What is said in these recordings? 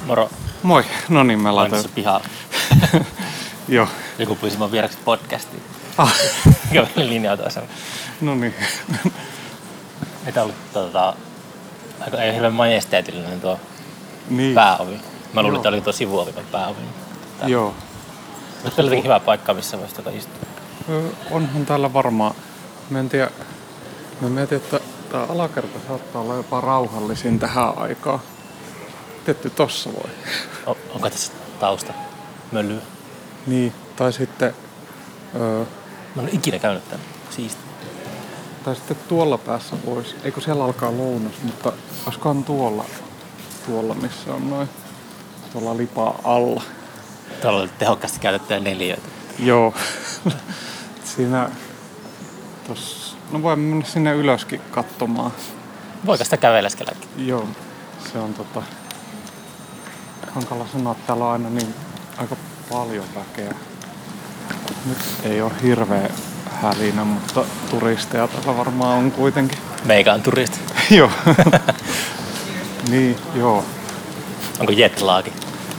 Moro. Moi, no niin mä Olen laitoin. tässä pihalla. Joo. Joku pyysi mun vieraksi podcastiin. Ah, Linja-autoa sen. no niin. Mitä oli aika ei hirveän majesteetillinen tuo Niin. pääovi. Mä luulin, Joo. että oli tuo sivuovi pääovi. Joo. Mutta oli jotenkin hyvä paikka, missä voisi istua. Onhan täällä varmaan. Mä mietin, että tää alakerta saattaa olla jopa rauhallisin tähän aikaan. Tietty tossa voi. Onko tässä tausta möllyä? Niin. Tai sitten Mä en ole ikinä käynyt täällä. Siisti. tuolla päässä voisi. Eikö siellä alkaa lounas, mutta olisikohan tuolla missä on noin. Tuolla lipaa alla. Tuolla oli tehokkaasti käytettyjä neliöitä. Joo. Siinä no voi mennä sinne ylöskin katsomaan. Voiko sitä käveleskelläkin? Joo. Se on hankala sanoa, että täällä on aina niin aika paljon väkeä. Nyt ei ole hirveä hälinä, mutta turisteja täällä varmaan on kuitenkin. Meikä on turisti. Joo. Niin, joo. Onko jetlaagi?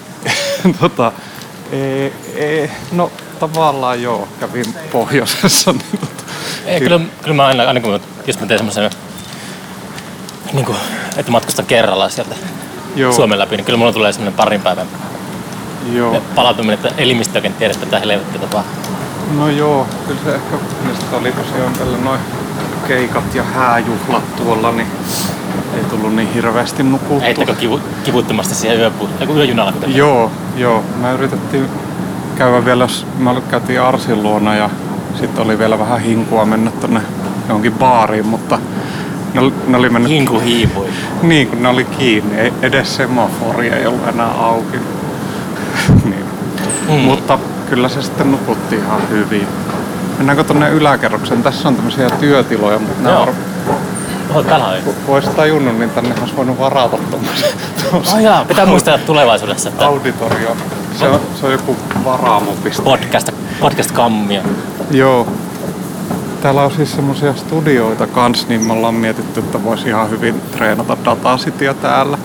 No tavallaan joo, kävin pohjoisessa. Ei, kyllä mä aina kun jos mä teen semmoisen, niin kuin, että matkustan kerrallaan sieltä Joo. Suomen läpi, niin kyllä mulla tulee semmoinen parin päivän Joo. palautuminen, että elimistö oikein tiedä, että tätä helvettiä tapahtuu. No joo, kyllä se ehkä, mistä oli tosiaan tällä noin keikat ja hääjuhlat tuolla, niin ei tullut niin hirveästi nukuttua. Heittäkö kivuttomasti siihen yöjunalla? Joo. Mä yritettiin käydä vielä, mä käytiin Arsin luona ja sitten oli vielä vähän hinkua mennä tonne johonkin baariin, mutta ne oli mennyt... Hinku hiipui. Niin, kun ne oli kiinni. Ei, edes semafori ei ollut enää auki. Niin. Mutta kyllä se sitten nukutti ihan hyvin. Mennäänkö tonne yläkerrokseen? Tässä on tämmöisiä työtiloja, mutta Joo. Täällä on. Kun ois tajunnut, niin tänne olisi voinut varata tommosen Jaa, pitää muistaa tulevaisuudessa, että auditorio. Se on joku varaamopiste. podcast kammio. Joo. Täällä on siis semmosia studioita kans, niin me ollaan mietitty, että voisi ihan hyvin treenata Datacityä täällä.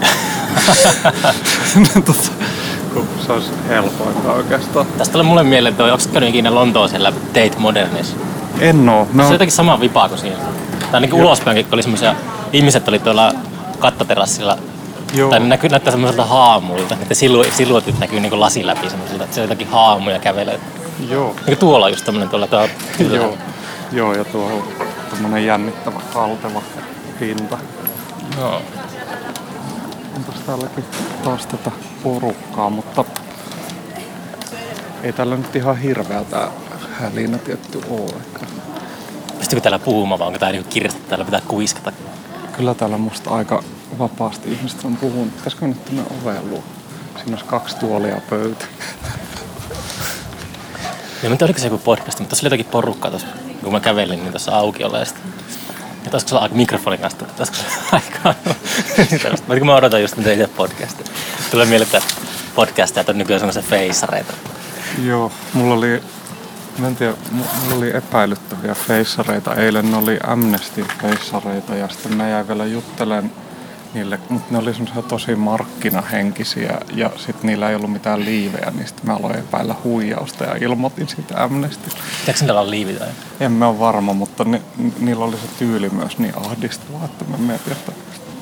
Kun se olisi helpointa oikeastaan. Tästä oli mulle mieleen, että onko käynyt ikinä Lontoon siellä Tate Modernissa? En oo. Se on jotenkin sama vipaa kuin siinä. Tai ainakin ulospäinkin, kun oli semmosia, ihmiset oli tuolla kattoterassilla. Joo. Tai ne näyttää semmoiselta haamulta. Niiden siluetit näkyy niinku lasin läpi semmoiselta, että se on jotakin haamuja kävelee. Joo. Niin tuolla on just tämmönen tuolla Joo, ja tuo on tommonen jännittävä kalteva pinta. Joo. Onpas täälläkin taas tätä porukkaa, mutta ei tällä nyt ihan hirveä tää hälinä tietty oo. Pystyykö täällä puhumaan vai onko tää niinku kirjasto, täällä pitää kuiskata? Kyllä täällä musta aika vapaasti ihmiset on puhunut. Pitäisikö mennä tuonne oveen luo? Siinä olisi 2 tuolia pöytä. Ja mä en tiedä, oliko se joku podcast, mutta tässä oli jotakin porukkaa tuossa, kun mä kävelin, niin tuossa aukiolla ja sitten. Ja olisiko se olla mikrofonin kanssa, olisiko se aikaa? Kun mä odotan just itse podcastia. Tulee mieleen, että podcastajat on nykyään sellaisia feissareita. Joo, mulla oli epäilyttäviä feissareita. Eilen ne oli Amnesty-feissareita ja sitten mä jäin vielä juttelemaan niille, mutta ne oli semmoisia tosi markkinahenkisiä ja sitten niillä ei ollut mitään liivejä, niin sitten mä aloin epäillä huijausta ja ilmoitin siitä Amnestylle. Pitääkö niillä olla liivi tai? En mä ole varma, mutta niillä oli se tyyli myös niin ahdistavaa, että mä mietin, että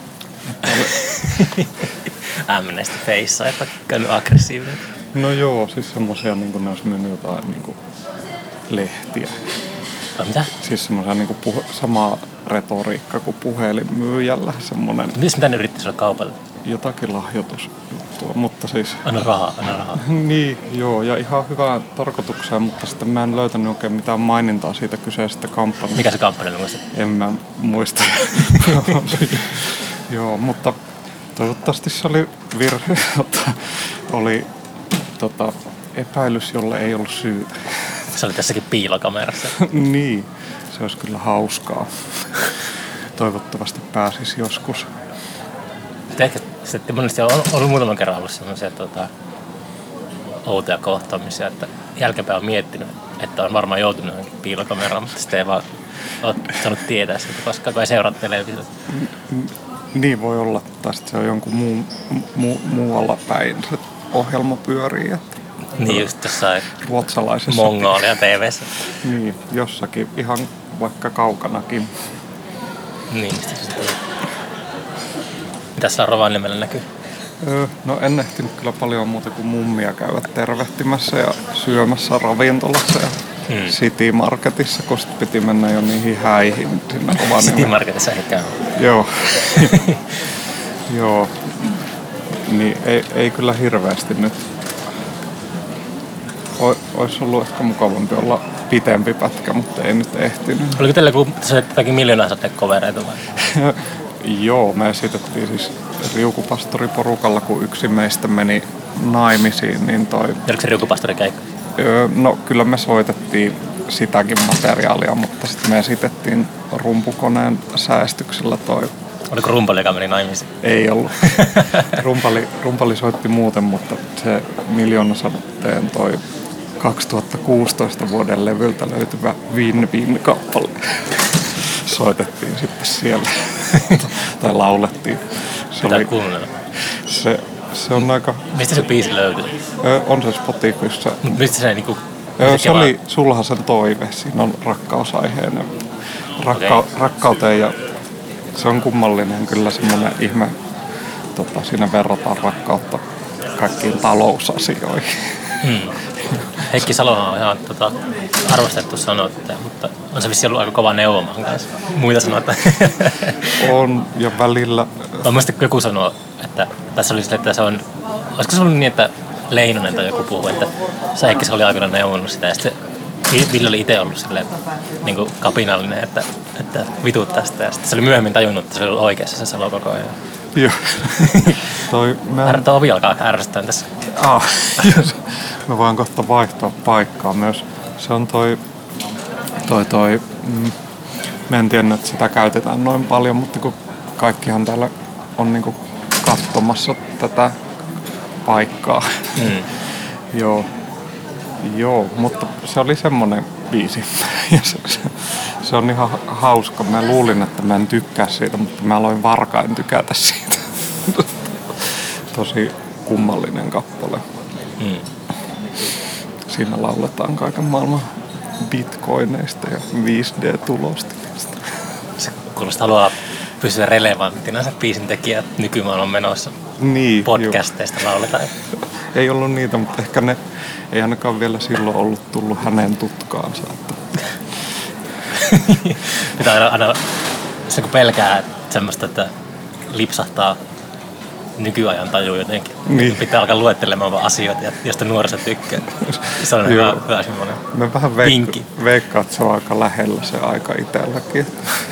Amnesty feissa, että käynyt aggressiivinen. no joo, siis semmosia niin kuin ne olisi myynyt jotain niin kuin lehtiä. Mitä? Siis semmoisia niin kuin samaa retoriikkaa kuin puhelinmyyjällä, semmoinen Mitä ne yritti sulle kaupalla? jotakin lahjoitusjuttua, mutta siis... Anna rahaa. Niin, joo, ja ihan hyvää tarkoitukseen, mutta sitten mä en löytänyt oikein mitään mainintaa siitä kyseisestä kampanjasta. Mikä se kampanja oli? En mä muista. Joo, mutta toivottavasti se oli virhe, oli epäilys, jolle ei ollut syytä. Se oli tässäkin piilokamerassa. Niin, se olisi kyllä hauskaa. Toivottavasti pääsis joskus. Ehkä sitten monesti on ollut muutaman kerran ollut sellaisia outoja kohtaamisia, että jälkeenpäin on miettinyt, että on varmaan joutunut johonkin piilokameraan, mutta sitten ei vaan ole saanut tietää sitä, koska ei seuraa televisiota. Niin voi olla, tai sitten se on jonkun muualla päin se ohjelma pyörii. Että Niin just jossain ruotsalaisessa. Mongolia TV:ssä. Niin, jossakin ihan vaikka kaukanakin. Niin, mistä se tulee? Mitäs siellä Rovaniemellä näkyy? No en ehtinyt kyllä paljon muuta kuin mummia käydä tervehtimässä ja syömässä ravintolassa ja City Marketissa, kun sit piti mennä jo niihin häihin sinne Rovaniemelle. City Marketissa ei käy. Joo. Joo. Niin ei kyllä hirveästi nyt. Ois ollut ehkä mukavampi olla pitempi pätkä, mutta ei nyt ehtinyt. Oliko teillä jotakin miljoonaa-kovereita vai? Joo, me esitettiin siis riukupastoriporukalla, kun yksi meistä meni naimisiin, niin Oliko se riukupastorikeikka? No kyllä me soitettiin sitäkin materiaalia, mutta sitten me esitettiin rumpukoneen säästyksellä Oliko rumpali, joka meni naimisiin? Ei ollut. Rumpali soitti muuten, mutta se Miljoonasateen 2016 vuoden levyltä löytyvä Win-Win-kappale soitettiin sitten siellä. Tai laulettiin. Pitää kuunnella. Se on aika... Mistä se biisi löytyy? On se Spotifyssa. Mistä se niinku... Se oli Sulhasen toive. Siinä on rakkausaiheinen. Rakkauteen ja se on kummallinen kyllä semmoinen ihme. Siinä verrataan rakkautta kaikkiin talousasioihin. Heikki Salohan on ihan arvostettu sanottaja, mutta on se vissiin ollut aika kova neuvomaan kanssa. Muita sanoita. On ja välillä... Mä muistin, kun joku sanoi, että tässä oli sille, että se on... Olisiko se ollut niin, että Leinonen tai joku puhui, että se Heikki oli aikana neuvonnut sitä ja sitten Ville oli itse ollut silleen niin kuin kapinallinen, että vituttaa sitä ja sitten se oli myöhemmin tajunnut, että se oli oikeassa se Salo koko ajan. Joo. Tuo ovi alkaa ärsyttää tässä. Mä voin kohta vaihtaa paikkaa myös. Se on mä en tiedä, että sitä käytetään noin paljon, mutta kun kaikkihan täällä on niinku katsomassa tätä paikkaa. Joo, mutta se oli semmonen biisi. Ja se on ihan hauska. Mä luulin, että mä en tykkää siitä, mutta mä aloin varkain tykätä siitä. Tosi kummallinen kappale. Siinä lauletaan kaiken maailman bitcoineista ja 5D-tulosta. Se kuulostaa haluaa pysyä relevanttina se biisin tekijä nykymaailman menossa. Niin, podcasteista lauletaan. Ei ollut niitä, mutta ehkä ne ei ainakaan vielä silloin tullut hänen tutkaansa. Pitää aina se kun pelkää semmoista, että lipsahtaa nykyajan tajuu jotenkin. Niin. Pitää alkaa luettelemaan vaan asioita, joista nuoriso tykkää. Se on hyvä semmoinen mä vähän veikkaan, että se on aika lähellä se aika itselläkin.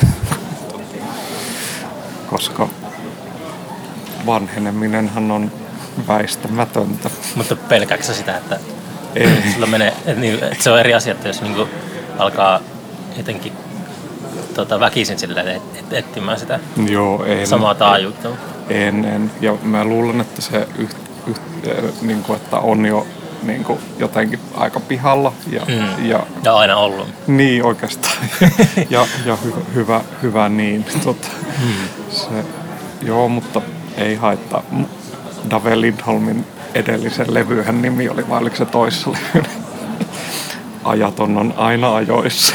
Koska vanheneminenhan on väistämätöntä. Mutta pelkääksä sitä, että sulla menee, että se on eri asia, että jos niinku alkaa jotenkin väkisin silleen etsimään sitä samaa taajuutta. En. Ja mä luulen, että se niinku, että on jo niinku, jotenkin aika pihalla. Ja aina ollut. Niin oikeastaan. ja hyvä niin. Joo, mutta ei haittaa. Dave Lindholmin edellisen levyhän nimi oli, vai oliko se toissa levy? Ajaton on aina ajoissa.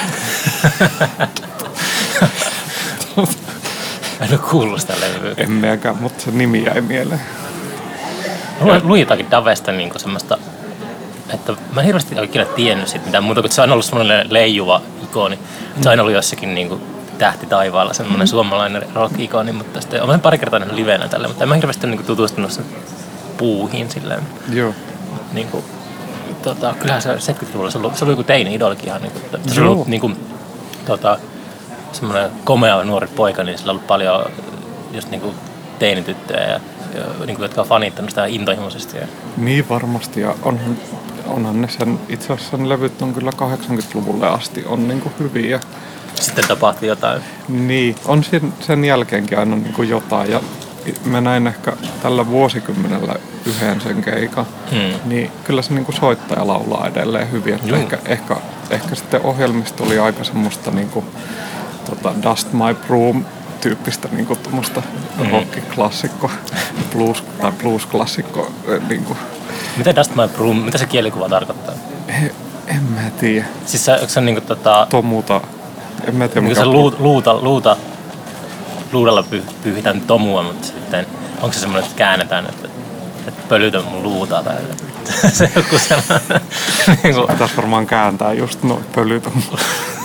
En ole kuullut sitä levyä. En meäkään, mutta se nimi jäi mieleen. Luin jotakin Davesta niin semmoista, että mä en hirveästi oikein tiennyt siitä mitään muuta, kun se on ollut semmoinen leijuva ikoni. Se on aina ollut jossakin niin kuin tähti taivaalla, semmoinen suomalainen rock-ikoni, mutta sitten olen pari kertaa nähnyt livenä tälle, mutta en mä hirveästi niin tutustunut sen puuhiin silleen. Joo. Niin kuin, kyllähän se 70-luvulla se oli joku teini-idolikin ihan. Se on ollut niin kuin, semmoinen komea nuori poika, niin sillä on ollut paljon just niin kuin teinityttöjä ja niin kuin, jotka on fanittanut sitä intohimoisesti. Niin varmasti, ja onhan ne itse asiassa ne levyt on kyllä 80-luvulle asti on niin kuin hyviä. Sitten tapahtui jotain. Niin, on sen jälkeenkin aina niin kuin jotain, ja mä näin ehkä tällä vuosikymmenellä yhden sen keikan, niin kyllä se niin kuin soittaja laulaa edelleen hyvin. Ehkä sitten ohjelmista oli aika semmoista niin kuin, Dust My Broom tyyppistä niinku tommoista rock-klassikko, blues-klassikko niinku. Mitä Dust My Broom, mitä se kielikuva tarkoittaa? En mä tiedä. Siis onko se niinku Tomuta, en mä tiedä niinku se luudalla pyyhitään tomua, mutta sitten onko se semmoinen, että käännetään, että pölytä mun luutaa tai se joku sellainen. Niinku. Pitäis varmaan kääntää just noin pölytä mun.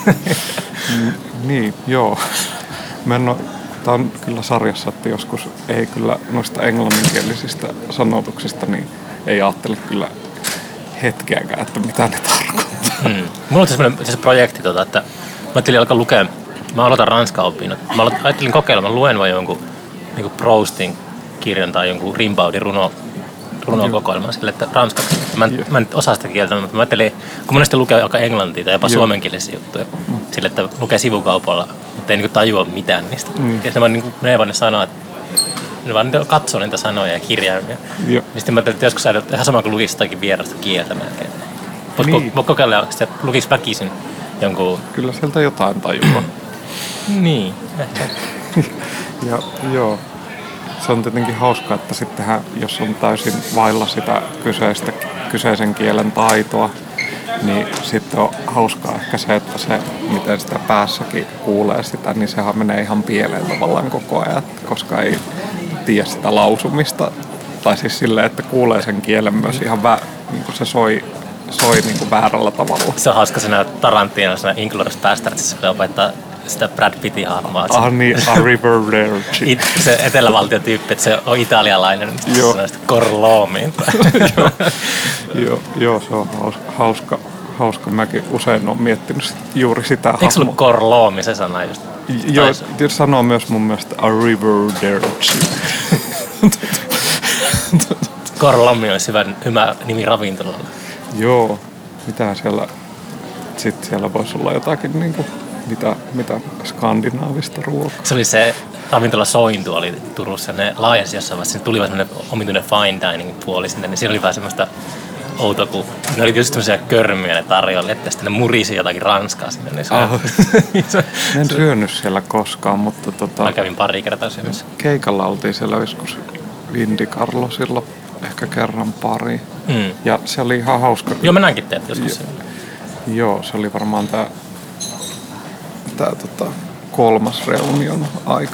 Niin, joo. Tää on kyllä sarjassa, että joskus ei kyllä noista englanninkielisistä sanotuksista, niin ei ajattele kyllä hetkeäkään, että mitä ne tarkoittaa. Mulla on semmoinen projekti, että mä ajattelin alkaa lukea, mä aloitan ranskan-opinnot. Mä ajattelin kokeilla, mä luen vaan jonkun niin Proustin kirjan tai jonkun Rimbaudin runokokoelman sille, että ranskaksi. Mä en osaa sitä kieltä, mutta mä ajattelin, kun monesti lukee aika englantia tai jopa suomenkielisiä juttuja, sille, että lukee sivukaupalla, mutta ei niin tajua mitään niistä. Ja se vaan niin menee vaan ne sanat, ne vaan katsoo niitä sanoja ja kirjaimia. Ja sitten mä ajattelin, että joskus sä ihan sama kuin lukisi jotakin vierasta kieltä melkein. Voit kokeilla, että se lukisi väkisin jonkun... Kyllä sieltä jotain tajua. Niin, ehkä. Ja joo. Se on tietenkin hauskaa, että sittenhän, jos on täysin vailla sitä kyseisen kielen taitoa, niin sitten on hauskaa ehkä se, että se, miten sitä päässäkin kuulee sitä, niin sehän menee ihan pieleen tavallaan koko ajan, koska ei tiedä sitä lausumista. Tai siis silleen, että kuulee sen kielen myös ihan niin kuin se soi niin kuin väärällä tavalla. Se on hauska siinä Tarantino, siinä Inglourious Basterdsissa, kun opettaa sitä Brad Pittin hahmoa. Niin, a river there. Se etelävaltiotyyppi, että se on italialainen, niin se sanoo sitä Corleone. Joo, se on hauska. Mäkin usein olen miettinyt juuri sitä hahmoa. Eikö se ollut Corleone se sana just? Joo, sanoo myös mun mielestä a river there. Corleone olisi hyvä nimi ravintolalle. Joo, mitä siellä... Sitten siellä voisi olla jotakin niinku... Mitä skandinaavista ruokaa? Se oli se ravintola Sointu oli Turussa. Ne laajensi jossain vaiheessa. Siinä tuli vähän semmoinen omituinen fine dining puoli sinne. Niin siinä oli vähän semmoista outoa, kun ne oli just semmoisia körmyjä ne tarjolle, että sitten ne murisi jotakin ranskaa sinne. Niin en syönyt siellä koskaan, mutta mä kävin pari kertaa syömässä. Keikalla oltiin siellä joskus Vindy Carlosilla ehkä kerran pari. Ja se oli ihan hauska. Joo, mä näinkin teet joskus. Joo, se oli varmaan tää 3. reunion aika.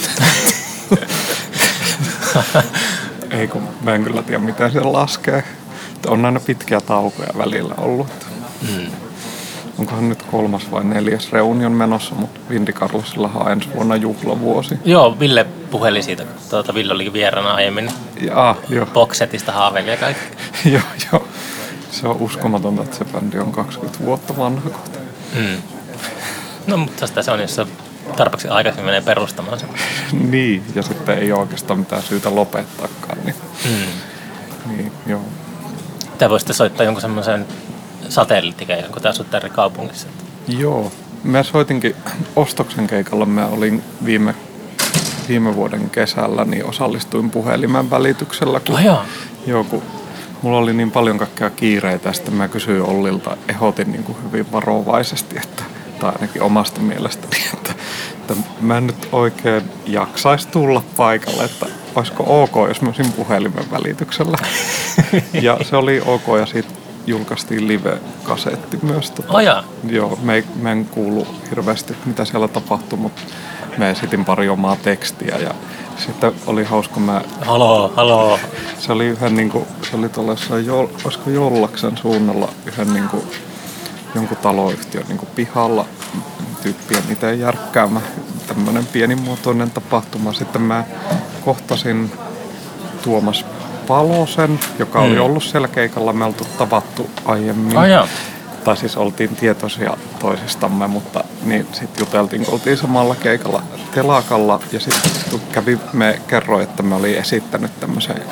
Ei kun mä en kyllä tiedä miten se laskee. On aina pitkiä taukoja välillä ollut. Onkohan nyt 3. vai 4. reunion menossa, mutta Vindy Carlosillahan on ensi vuonna juhlavuosi. Joo, Ville puheli siitä. Ville oli vieraana aiemmin. Joo. Boxsetista haaveili ja kaikki. Joo. Se on uskomatonta, että se bändi on 20 vuotta vanha kohta. No, mutta se on, jos se tarpeeksi aikaisemmin menee perustamaan sen. Niin, ja sitten ei ole oikeastaan mitään syytä lopettaakaan. Niin, joo. Te voisitte soittaa jonkun semmoisen satelliittikeikan, kun te asutte eri kaupungissa. Joo. Mä soitinkin Ostoksen keikalla. Mä olin viime vuoden kesällä, niin osallistuin puhelimen välityksellä. Kun mulla oli niin paljon kaikkea kiireitä, ja sitten mä kysyin Ollilta, ehdotin niin kuin hyvin varovaisesti, tai ainakin omasta mielestäni, että mä en nyt oikein jaksaisi tulla paikalle, että olisiko ok, jos mä olisin puhelimen välityksellä. Ja se oli ok, ja siitä julkaistiin live-kasetti myös. Joo, mä en kuulu hirveästi, mitä siellä tapahtui, mutta mä esitin pari omaa tekstiä, ja sitten oli hauska Haloo. Se oli yhden niinku, se oli tuollaisessa olisiko Jollaksen suunnalla yhden niinku jonkun taloyhtiön niinku pihalla tyyppien itse järkkäämä tämmönen pienimuotoinen tapahtuma. Sitten mä kohtasin Tuomas Palosen, joka oli ollut siellä keikalla. Me oltu tavattu aiemmin. Tai siis oltiin tietoisia toisistamme, mutta niin sitten juteltiin, kun oltiin samalla keikalla telakalla. Ja sitten kerroin, että mä olin esittänyt tämmöisen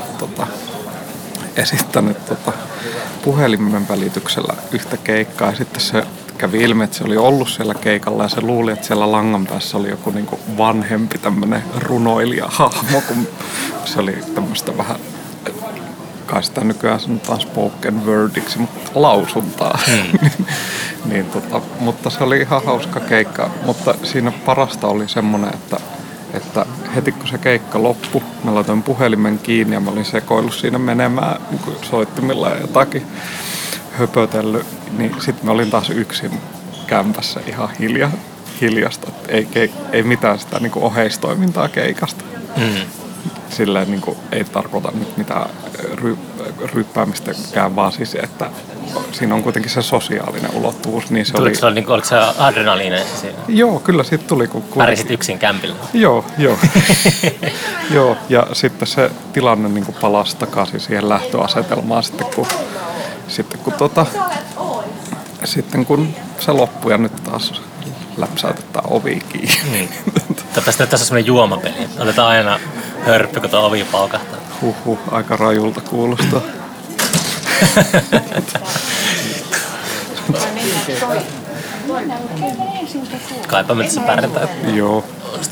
puhelimen välityksellä yhtä keikkaa. Ja sitten se kävi ilmi, että se oli ollut siellä keikalla ja se luuli, että siellä langan päässä oli joku niinku vanhempi tämmönen runoilijahahmo, kun se oli tämmöistä vähän, kai sitä nykyään sanotaan spoken wordiksi, mutta lausuntaa. Mutta se oli ihan hauska keikka, mutta siinä parasta oli semmoinen, että että heti kun se keikka loppui, mä laitoin puhelimen kiinni ja mä olin sekoillut siinä menemään niin soittimilla ja jotakin höpötellyt, niin sitten mä olin taas yksin kämpässä ihan hiljasta. Ei mitään sitä niin kuin oheistoimintaa keikasta. Silleen niin kuin, ei tarkoita nyt mitään ryppäämistäkään, vaan siis, että siinä on kuitenkin se sosiaalinen ulottuvuus. Niin se oliko se adrenaliine siinä? Joo, kyllä siitä tuli. Pärisit yksin kämpillä? Joo. Joo, ja sitten se tilanne niin kuin palasi takaisin siihen lähtöasetelmaan sitten kun se loppui ja nyt taas läpsäytetään ovi kiinni. Tässä on semmoinen juomapeli. Otetaan aina hörppy, kun tuo ovi paukahtaa. Aika rajulta kuulostaa. Kaipa me tässä pärjätään. Joo.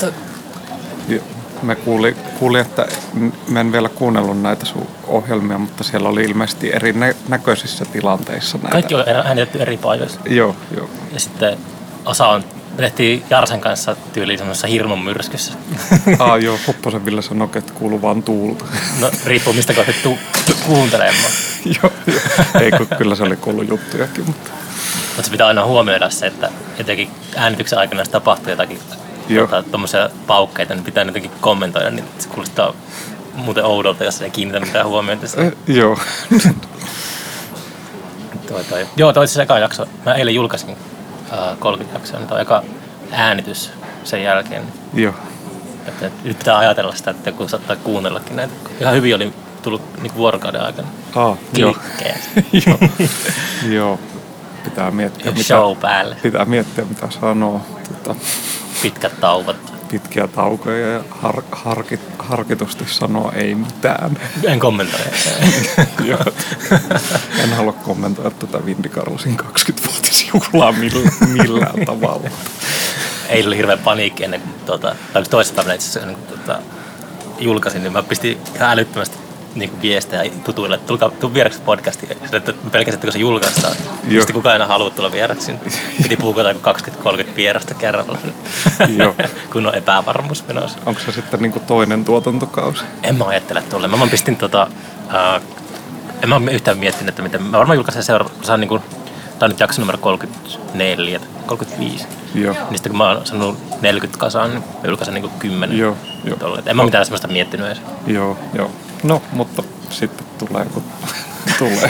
Mä kuulin, että mä en vielä kuunnellut näitä sun ohjelmia, mutta siellä oli ilmeisesti eri näköisissä tilanteissa näitä. Kaikki on äänitetty eri paikoissa. Joo. Ja sitten osa on tehtiin Jarsen kanssa tyyliin semmoisessa hirmun myrskyssä. Joo, Hopposen Ville sanoi, että kuuluu vaan tuulta. No riippuu mistä kohti kuuntelemaan. Joo. Ei, kyllä se oli kuullut juttujakin, mutta se pitää aina huomioida se, että etenkin äänityksen aikana jos tapahtuu jotakin tommosia paukkeita, niin pitää jotenkin kommentoida, niin se kuulostaa muuten oudolta, jos ei kiinnitä mitään huomiota. Joo. Joo, toi se eka jakso. Mä eilen julkaisin 30 jaksoa, niin toi eka äänitys sen jälkeen. Joo. Että nyt pitää ajatella sitä, että kun saattaa kuunnellakin näitä. Ihan hyvin oli tullut niin vuorokauden aikana. Klikkejä. Joo. Pitää miettiä, mitä sanoo. Pitkät tauot. Pitkiä taukoja ja harkitusti sanoo ei mitään. En kommentoi. En halua kommentoida tätä Vindy Carlosin 20-vuotisjuhlaa millään tavalla. Eilen oli hirveä paniikki ennen kuin toisessa päivänä itse asiassa ennen kuin julkaisin, niin mä pistin ihan älyttömästi niin viestejä tutuille, että tuu vieraksi podcastiin. Että pelkästään, kun se julkaistaan. Sitten kukaan aina haluaa tulla vieraksi. Piti puhua 20-30 vierasta kerralla. Joo. Kun on epävarmuus menossa. Onko se sitten niin kuin toinen tuotantokausi? En mä ajattele tuolle. Mä pistin en mä yhtään miettinyt, että miten. Mä varmaan julkaisen seuraavassa niin kuin, tää on nyt jakso numero 34, 35. Joo. Niin sitten kun mä oon sanonut 40 kasaan, niin mä julkaisen niin kuin 10. Joo. En mä mitään sellaista miettinyt edes. Joo. No, mutta sitten tulee, kun tulee.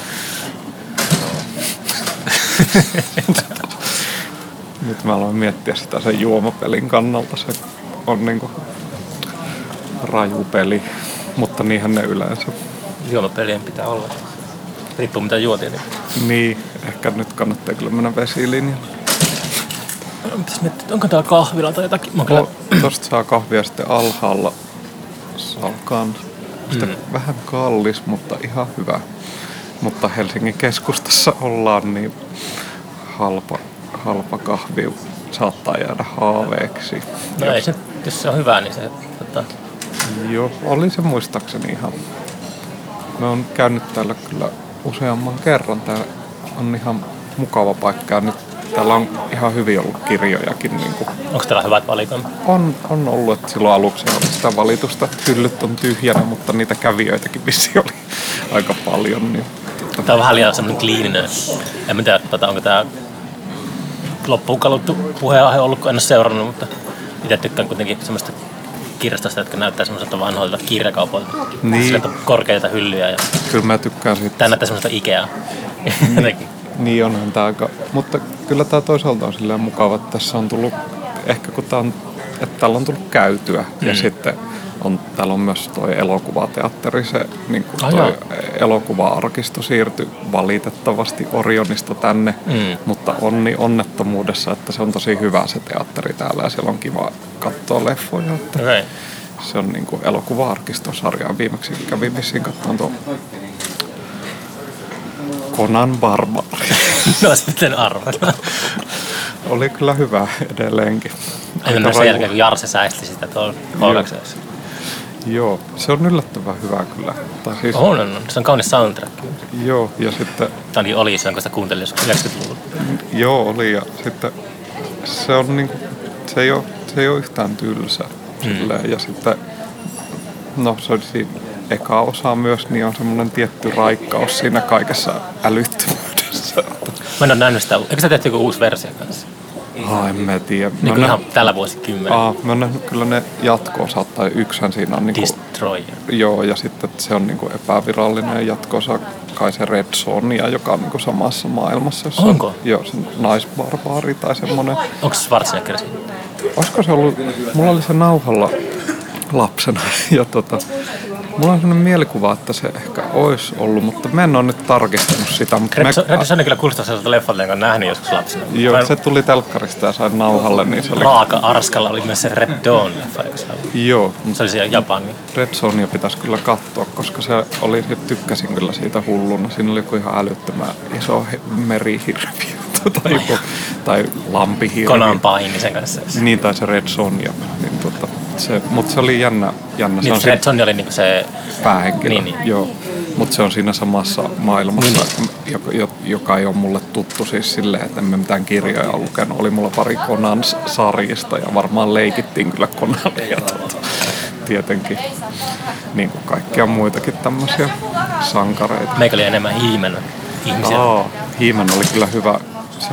Nyt mä aloin miettiä sitä sen juomapelin kannalta. Se on niinku raju peli, mutta niinhän ne yleensä. Juomapelien pitää olla. Riippuu mitä juotiin. Niin, ehkä nyt kannattaa kyllä mennä vesilinjalle. Mitäs miettiä, onko täällä kahvila tai jotakin? Tosta saa kahvia sitten alhaalla salkaan. Vähän kallis, mutta ihan hyvä. Mutta Helsingin keskustassa ollaan niin halpa kahvi saattaa jäädä haaveeksi. No ei se, jos se on hyvä, niin se... Joo, oli se muistaakseni ihan... Mä oon käynyt täällä kyllä useamman kerran. Tää on ihan mukava paikka ja nyt täällä on ihan hyvin ollut kirjojakin. Niin kuin. Onko täällä hyvät valikoimat? On ollut, että silloin aluksi oli sitä valitusta. Hyllyt on tyhjänä, mutta niitä kävijöitäkin vissiin oli aika paljon. Niin, Tää on vähän liian semmoinen kliininen. En mä tiedä, onko tää loppuun kaluttu puheenaihe ollut, kun en ole seurannut, mutta itse tykkään kuitenkin semmoista kirjastosta, jotka näyttää semmoiselta vanhoilta kirjakaupoilta. Niin. Sillä on korkeita hyllyjä. Ja kyllä mä tykkään siitä. Tää näyttää semmoista Ikeaa. Niin onhan tää aika, mutta kyllä tää toisaalta on silleen mukava, että tässä on tullut, ehkä kun että täällä on tullut käytyä ja sitten täällä on myös toi elokuvateatteri, se niin kuin toi elokuva-arkisto siirtyi valitettavasti Orionista tänne, mutta onnettomuudessa, että se on tosi hyvä se teatteri täällä ja siellä on kiva katsoa leffoja. Okay. Se on niin kuin elokuva-arkistosarjaa. Viimeksi kävin vissiin katsomaan tuon Conan Barbari. No sitten arvata. Oli kyllä hyvä edelleenkin. Aina sen jälkeen, kun Jarse säisti sitä tuolla Hoilaksessa. Joo, se on yllättävän hyvä kyllä. Siis, se on kaunis soundtrack. Joo, ja sitten... Ainakin oli silloin, kun sitä kuuntelin 90-luvulla. Joo, oli, ja sitten se on niinku, se ei ole yhtään tylsä. Ja sitten, no se oli siinä eka osa myös, niin on semmoinen tietty raikkaus siinä kaikessa älyttömyydessä. Mä en ole nähnyt sitä. Eikö sä tehty joku uusi versio kanssa? En mä tiedä. Niin kuin ihan tällä vuosikymmenellä. Mä oon nähnyt kyllä ne jatko-osat, tai yksihän siinä on niinku... Destroyer. Joo, ja sitten se on niinku epävirallinen jatko-osa, kai se Red Sonja, joka on niinku samassa maailmassa. Onko? Joo, se naisbarbaari tai semmonen. Onko se Schwarzenegger siinä? Olisiko se ollut... Mulla oli se nauhalla lapsena, ja mulla on sellainen mielikuva, että se ehkä olisi ollut, mutta mä en ole nyt tarkistanut sitä. Red Sonja kyllä kuulostaa sellaiselta leffalta, jonka on nähnyt joskus lapsena. Joo, se tuli telkkarista ja sai nauhalle, niin se oli... Raaka-Arskalla oli myös se Red Dawn-leffa, eikö se ollut? Joo. Se oli siellä Japani. Red Sonja pitäisi kyllä katsoa, koska se oli, tykkäsin kyllä siitä hulluna. Siinä oli joku ihan älyttömän iso merihirviö tai lampihirviö. Conan paini sen kanssa. Niin, tai se Red Sonja. Niin, mutta se oli jännä. Niin, Red Sonja oli niinku se... päähenkilö. Niin. Joo. Mutta se on siinä samassa maailmassa, joka ei ole mulle tuttu siis silleen, että emme mitään kirjoja lukenut. Oli mulla pari Conan-sarjista ja varmaan leikittiin kyllä Conania tietenkin. Niin kuin kaikkia muitakin tämmöisiä sankareita. Meikä oli enemmän He-Man ihmisiä. He-Man oli kyllä hyvä.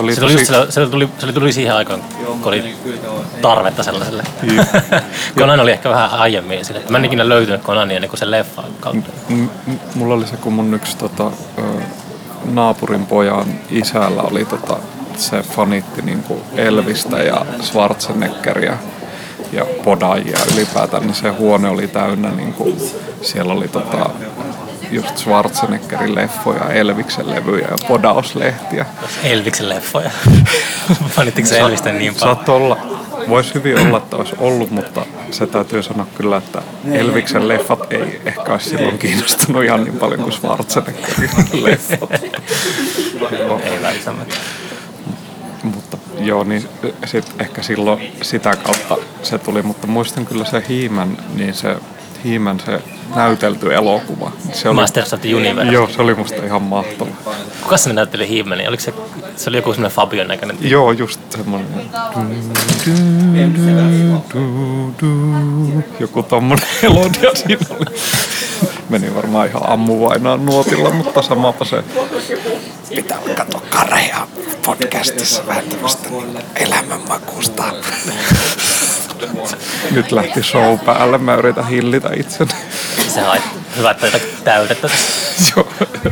Se tuli siihen aikaan, kun oli tarvetta sellaiselle. Conan oli ehkä vähän aiemmin sille. Mä en ikinä löytynyt Conania ennen kuin sen leffan kautta. Mulla oli se, kun mun yksi naapurin pojan isällä oli se fanitti niinku Elvistä ja Schwarzeneggeria ja podajia ylipäätään, niin se huone oli täynnä niinku, siellä oli just Schwarzeneggerin leffoja, Elviksen levyjä ja podauslehtiä. Elviksen leffoja. Fanittiko se Elvistä niin paljon? Voisi hyvin olla, että olisi ollut, mutta se täytyy sanoa kyllä, että Elviksen leffat ei ehkä olisi silloin kiinnostunut ihan niin paljon kuin Schwarzeneggerin leffat. Ei välttämättä. Mutta joo, niin sit ehkä silloin sitä kautta se tuli, mutta muistan kyllä se He-Man, niin se He-Man, se näytelty elokuva. Se oli, Masters of the Universe. Joo, se oli musta ihan mahtava. Kuka se näytteli He-Mania? Oliko se oli joku semmoinen Fabion näköinen? Joo, just semmoinen. Joku tommonen melodia siinä oli. Meni varmaan ihan ammuvainaan nuotilla, mutta samapa se. Pitää katsoa Kareja podcastissa vähän tämmöistä elämänmakuusta. Nyt lähti show päälle, mä yritän hillitä itseni. Se on hyvä, että jotakin täytettä. Joo.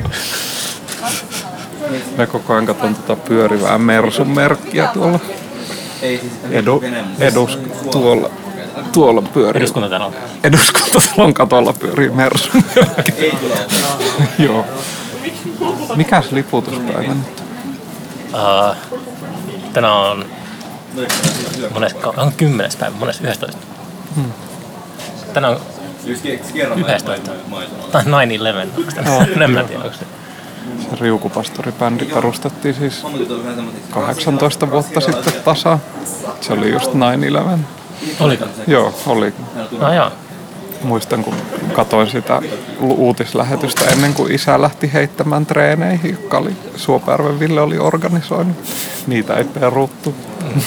Mä koko ajan katson pyörivää Mersun merkkiä tuolla. Tuolla pyörii. Eduskuntatalon katolla pyörii Mersun merkki. Joo. Mikäs liputuspäivä nyt? Tänään on 10. päivä, 11. Tänään on 11. Tai 9/11. En mä tiedä, onko se. Se Riukupastori-bändi perustettiin siis 18 vuotta sitten tasa. Se oli just 9/11. Oliko? Joo, oli. Joo. Muistan, kun katsoin sitä uutislähetystä ennen kuin isä lähti heittämään treeneihin, jotka Suopajärven Ville oli organisoinut. Niitä ei peruttu.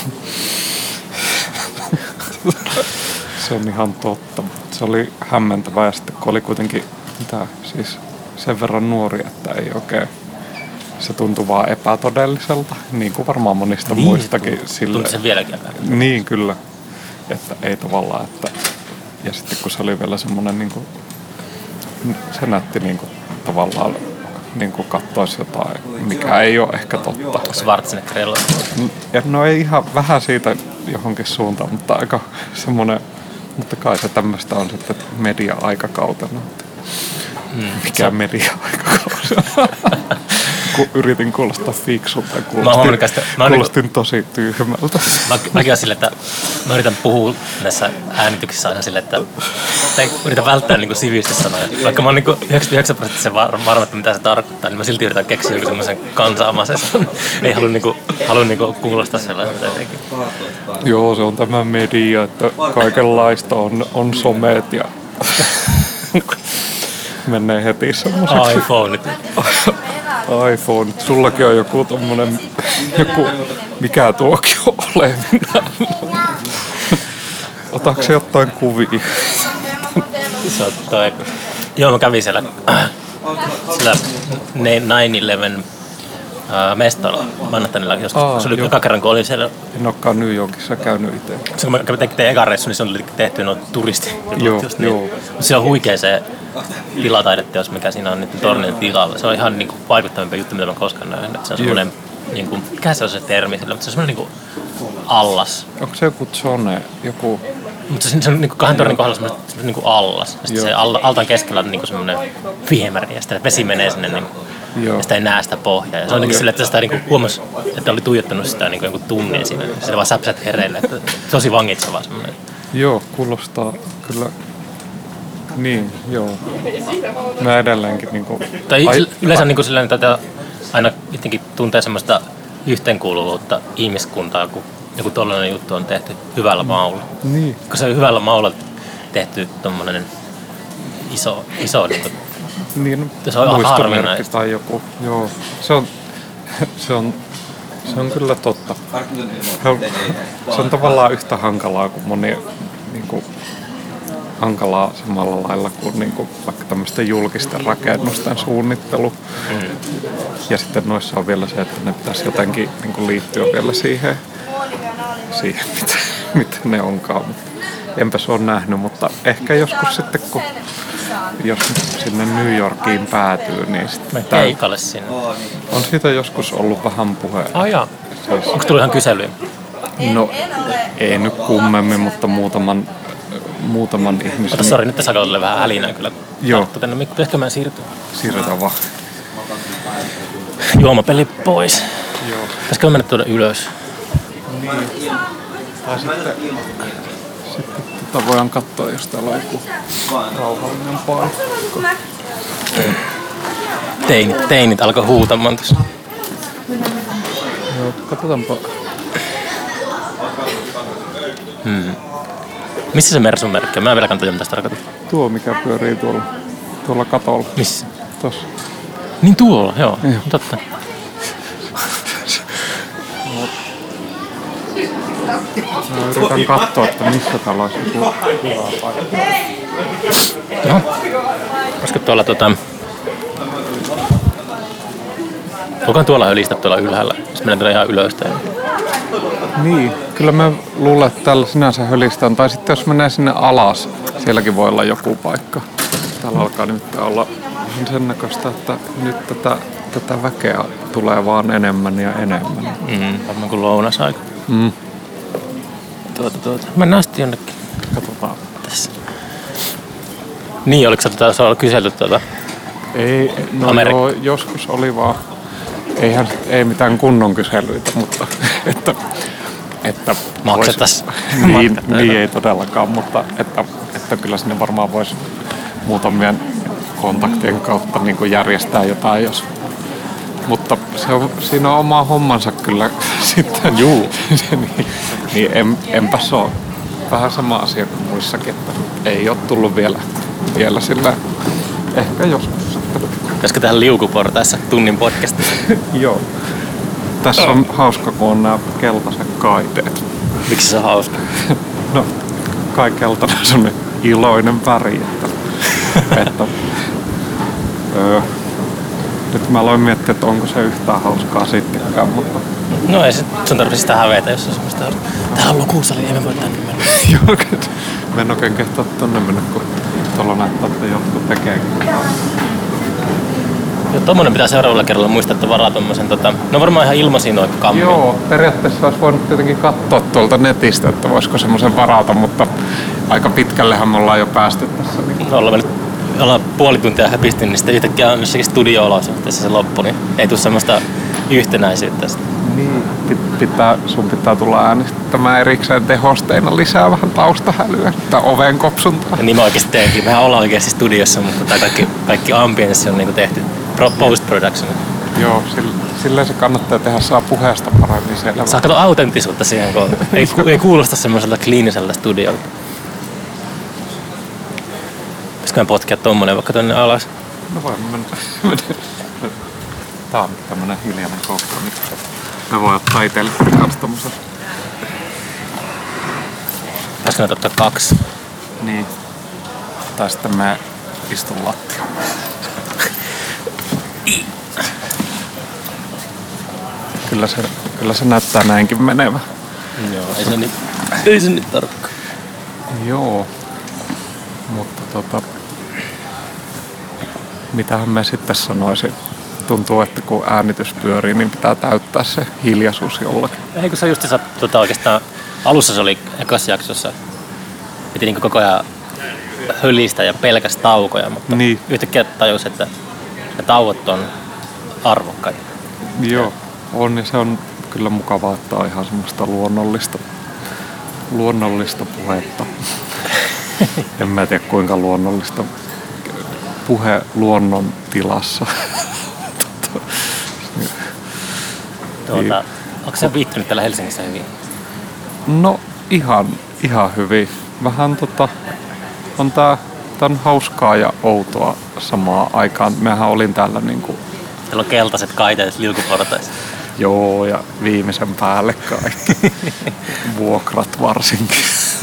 Se on ihan totta. Se oli hämmentävää ja sitten kun oli kuitenkin siis sen verran nuori, että ei oikein. Se tuntui vaan epätodelliselta, niin kuin varmaan monista muistakin. Tuntuu sen vieläkin epätodelliselta. Niin, kyllä. Että ei tavallaan, että... Ja sitten kun se oli vielä semmoinen, niin kuin, se näytti niin kuin, tavallaan niin kuin kattoisi jotain, mikä ei ole ehkä totta. Schwarzeneggerilla. No ei ihan vähän siitä johonkin suuntaan, mutta aika semmoinen, mutta kai se tämmöistä on sitten media-aikakautena. Mikä media-aikakautena? Kun yritin kuulostaa fiksulta ja kuulostin tosi tyhmältä. Mäkin olen silleen, että mä yritän puhua näissä äänityksissä aina silleen, että yritän välttää niin sivistysanoja. Vaikka mä oon niin 99% varma, että mitä se tarkoittaa, niin mä silti yritän keksiä joku semmoisen kansa-amaisen. Ei halua kuulostaa sellaiselta jotenkin. Joo, se on tämä media, että kaikenlaista on somet ja menee heti semmoiseksi. iPhone. Sullakin on joku tommonen, mikä tuokin on olevinaan. Otatko jotain kuvia? Se on toi. Joo, mä kävin siellä 9/11 mestolla Manhattanilla joskus. Se oli eka kerran, kun olin siellä. En olekaan New Yorkissa käynyt itse. Se kun mä tein ekan reissun, niin se oli tehty noin turistit just niin. Mutta se on huikea se tilataideteos, mikä siinä on nyt tornin tilalla. Se on ihan niinku vaikuttavimpia juttu, mitä mä koskaan nähnyt. Se on semmoinen, niinku, mikä se on se termi sillä, mutta se on semmoinen niinku allas. Onko se joku zone? Joku... Mutta se on niinku kahden tornin kohdalla semmoinen niinku allas. Ja sitten se altaan keskellä on niinku semmoinen viemäri ja sitten vesi menee sinne niinku. Ja sitä ei näe sitä pohjaa. Ja se on niin sille, että sitä niinku huomasi, että oli tuijottanut sitä niinku jonkun tunnin siinä. Sitä vaan säpsät hereille. Tosi vangitsevaa semmoinen. Joo, kuulostaa kyllä. Niin, joo. Mä edelleenkin niinku... Tai yleensä niinku silleen, että aina jotenkin tuntee semmoista yhteenkuuluvuutta ihmiskuntaa, kun joku tollainen juttu on tehty hyvällä maulla. Niin. Kun se on hyvällä maulla tehty tommonen iso niinku... Niin, se on harvinaista. Tai joku, joo. Se on kyllä totta. Se on tavallaan yhtä hankalaa kuin moni niinku, hankalaa samalla lailla kuin niinku, vaikka tämmöisten julkisten rakennusten suunnittelu. Ja sitten noissa on vielä se, että ne pitäisi jotenkin niinku, liittyä vielä siihen mitä ne onkaan. Enpä se ole nähnyt, mutta ehkä joskus sitten, jos sinne New Yorkiin päätyy, niin sitten... Keikalle sinne. On siitä joskus ollut vähän puheen. Jaa. Siis, onko tullut ihan kyselyä? No, ei nyt kummemmin, mutta muutaman ihmisen... Sori, nyt tässä oli vähän hälinää kyllä. Joo. Tänne Mikko, ehkä mä siirtyn. Siirrytään vaan. Juomapeli pois. Joo. Pitäisikö mennä tuoda ylös? Niin. Tai sitten voidaan katsoa, jos täällä on joku rauhallinen paikka. Teinit alkoi huutamaan tuossa. Joo, katsotaanpa. Missä se Mersun merkki on? Mä en vielä kantaa, mitä sitä tarkoitat. Tuo, mikä pyörii tuolla katolla. Missä? Tossa. Niin tuolla, joo. Totta. Mä yritän katsoa, että missä täällä olisi joku hyvä paikka. No. Olisiko tuolla Onkohan tuolla hölistä tuolla ylhäällä? Sitten mennään tuolla ihan ylös. Niin, kyllä mä luulen, että täällä sinänsä hölistä on. Tai sitten jos menee sinne alas, sielläkin voi olla joku paikka. Täällä alkaa nimittäin olla sen näköistä, että nyt tätä väkeä tulee vaan enemmän ja enemmän. Varmaan kuin lounasaika. Mennään sitten jonnekin. Katsotaan. Tässä. Niin, oliko sä kyselty Ei, no joo, joskus oli vaan. Ei mitään kunnon kyselyitä, mutta että maksetas. Niin ei todellakaan, mutta että kyllä sinne varmaan voisi muutamien kontaktien kautta niin kuin järjestää jotain, jos. Mutta siinä on oma hommansa kyllä sitten. Juu. niin enpä se ole vähän sama asia kuin muissakin, että ei ole tullut vielä sillä ehkä joskus sitten. Pitäisikö tähän liukuportaissa tunnin podcastissa? Joo. Tässä on hauska, kun on nämä keltaiset kaiteet. Miksi se on hauska? No, kai keltainen on semmoinen iloinen väri, että nyt mä aloin miettiä, että onko se yhtään hauskaa sittenkään, mutta... No ei sun tarvitse sitä hävetä, jos on semmoista hauskaa. Täällä on lukusali, ei me voi tänne mennä. Joo, mä en oikein kehtaa tonne mennä, kun tuolla näyttää, että joku tekeekin. Joo, tommonen pitää seuraavalla kerralla muistaa, että varaa tommosen no varmaan ihan ilmaisia noin kammia. Joo, periaatteessa olisi voinut tietenkin katsoa tuolta netistä, että voisiko semmoisen varata, mutta aika pitkällehän me ollaan jo päästy tässä. Niin. No, ollaan puoli tuntia häpisty, niin sitten yhtäkkiä on jossakin studio-olosuhteessa se loppu, niin ei tule semmoista yhtenäisyyttä. Niin, sun pitää tulla äänestämään erikseen tehosteina lisää vähän taustahälyä tai oven kopsuntaa. Ja niin mä oikeasti teenkin. Mehän ollaan oikeasti studiossa, mutta kaikki ambience on niinku tehty post-production. Joo, silleen se kannattaa tehdä, saa puheesta paremmin selvä. Saa katsoa autenttisuutta siihen, kun ei kuulosta semmoiselta kliiniseltä studiolta. Pitäisikö me potkia tommonen vaikka tonne alas? No voimme mennä. Tää on tämmönen hiljainen kompromissi. Me voi ottaa itelle kans tommosen. Olisiko näitä ottaa 2? Niin. Tai sitten mä istun lattiaan. Kyllä se näyttää näinkin menevä. Joo, ei se niin tarkka. Joo. Mutta mitähän mä sitten sanoisin? Tuntuu, että kun äänitys pyörii, niin pitää täyttää se hiljaisuus jollakin. Eikö se just oikeastaan alussa se oli ekassa jaksossa. Piti niinku koko ajan hölistä ja pelkäs taukoja, mutta niin. Yhtäkkiä tajus, että ne tauot on arvokkaita. Joo, on ja se on kyllä mukavaa, että on ihan semmoista luonnollista puhetta. En mä tiedä kuinka luonnollista puhe luonnon tilassa. Onko se viihtynyt täällä Helsingissä hyvin? No ihan hyvin. Vähän on tää on hauskaa ja outoa samaan aikaan. Mehän olin täällä niinku... Täällä on keltaiset kaiteet liukuportaissa. Joo, ja viimeisen päälle kaikki. Vuokrat varsinkin.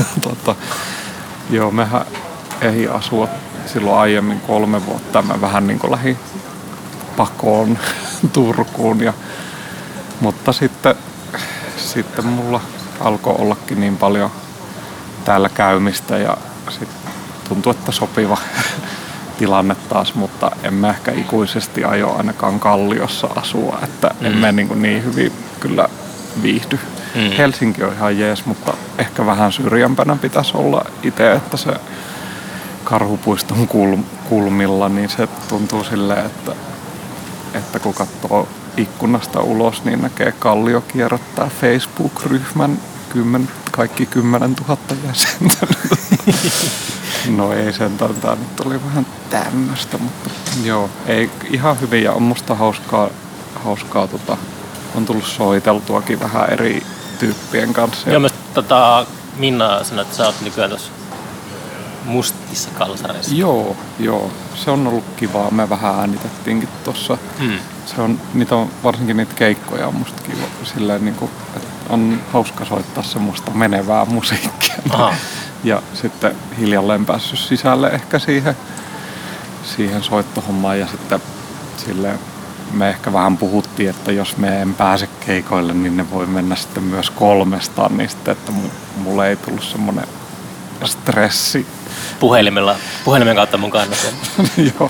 Joo, mehän ei asua silloin aiemmin 3 vuotta. Mä vähän niinku lähdin pakoon Turkuun. Mutta sitten mulla alkoi ollakin niin paljon täällä käymistä ja sitten tuntui, että sopiva tilanne taas, mutta en mä ehkä ikuisesti aio ainakaan Kalliossa asua, että en mä niin hyvin kyllä viihdy. Helsinki on ihan jees, mutta ehkä vähän syrjempänä pitäisi olla itse, että se Karhupuiston kulmilla, niin se tuntuu silleen, että kun katsoo ikkunasta ulos, niin näkee Kallio kierrättää Facebook-ryhmän kaikki 10 000 jäsentä. No ei sentään, tää nyt oli vähän tämmöstä, mutta joo, ei ihan hyvin ja on musta hauskaa on tullut soiteltuakin vähän eri tyyppien kanssa. Joo, myös Minna sanoi, että sä oot nykyään tuossa mustissa kalsareissa. Joo, se on ollut kivaa. Me vähän äänitettiinkin tossa. Niitä on varsinkin niitä keikkoja on musta kiva. Silleen niinku, että on hauska soittaa semmoista menevää musiikkia. Aha. Ja sitten hiljalleen päässyt sisälle ehkä siihen soittohommaan ja sitten silleen me ehkä vähän puhuttiin, että jos me en pääse keikoille, niin ne voi mennä sitten myös 3, niin sitten, että mulle ei tullut semmoinen stressi. Puhelimen kautta mun kannattaa. Joo.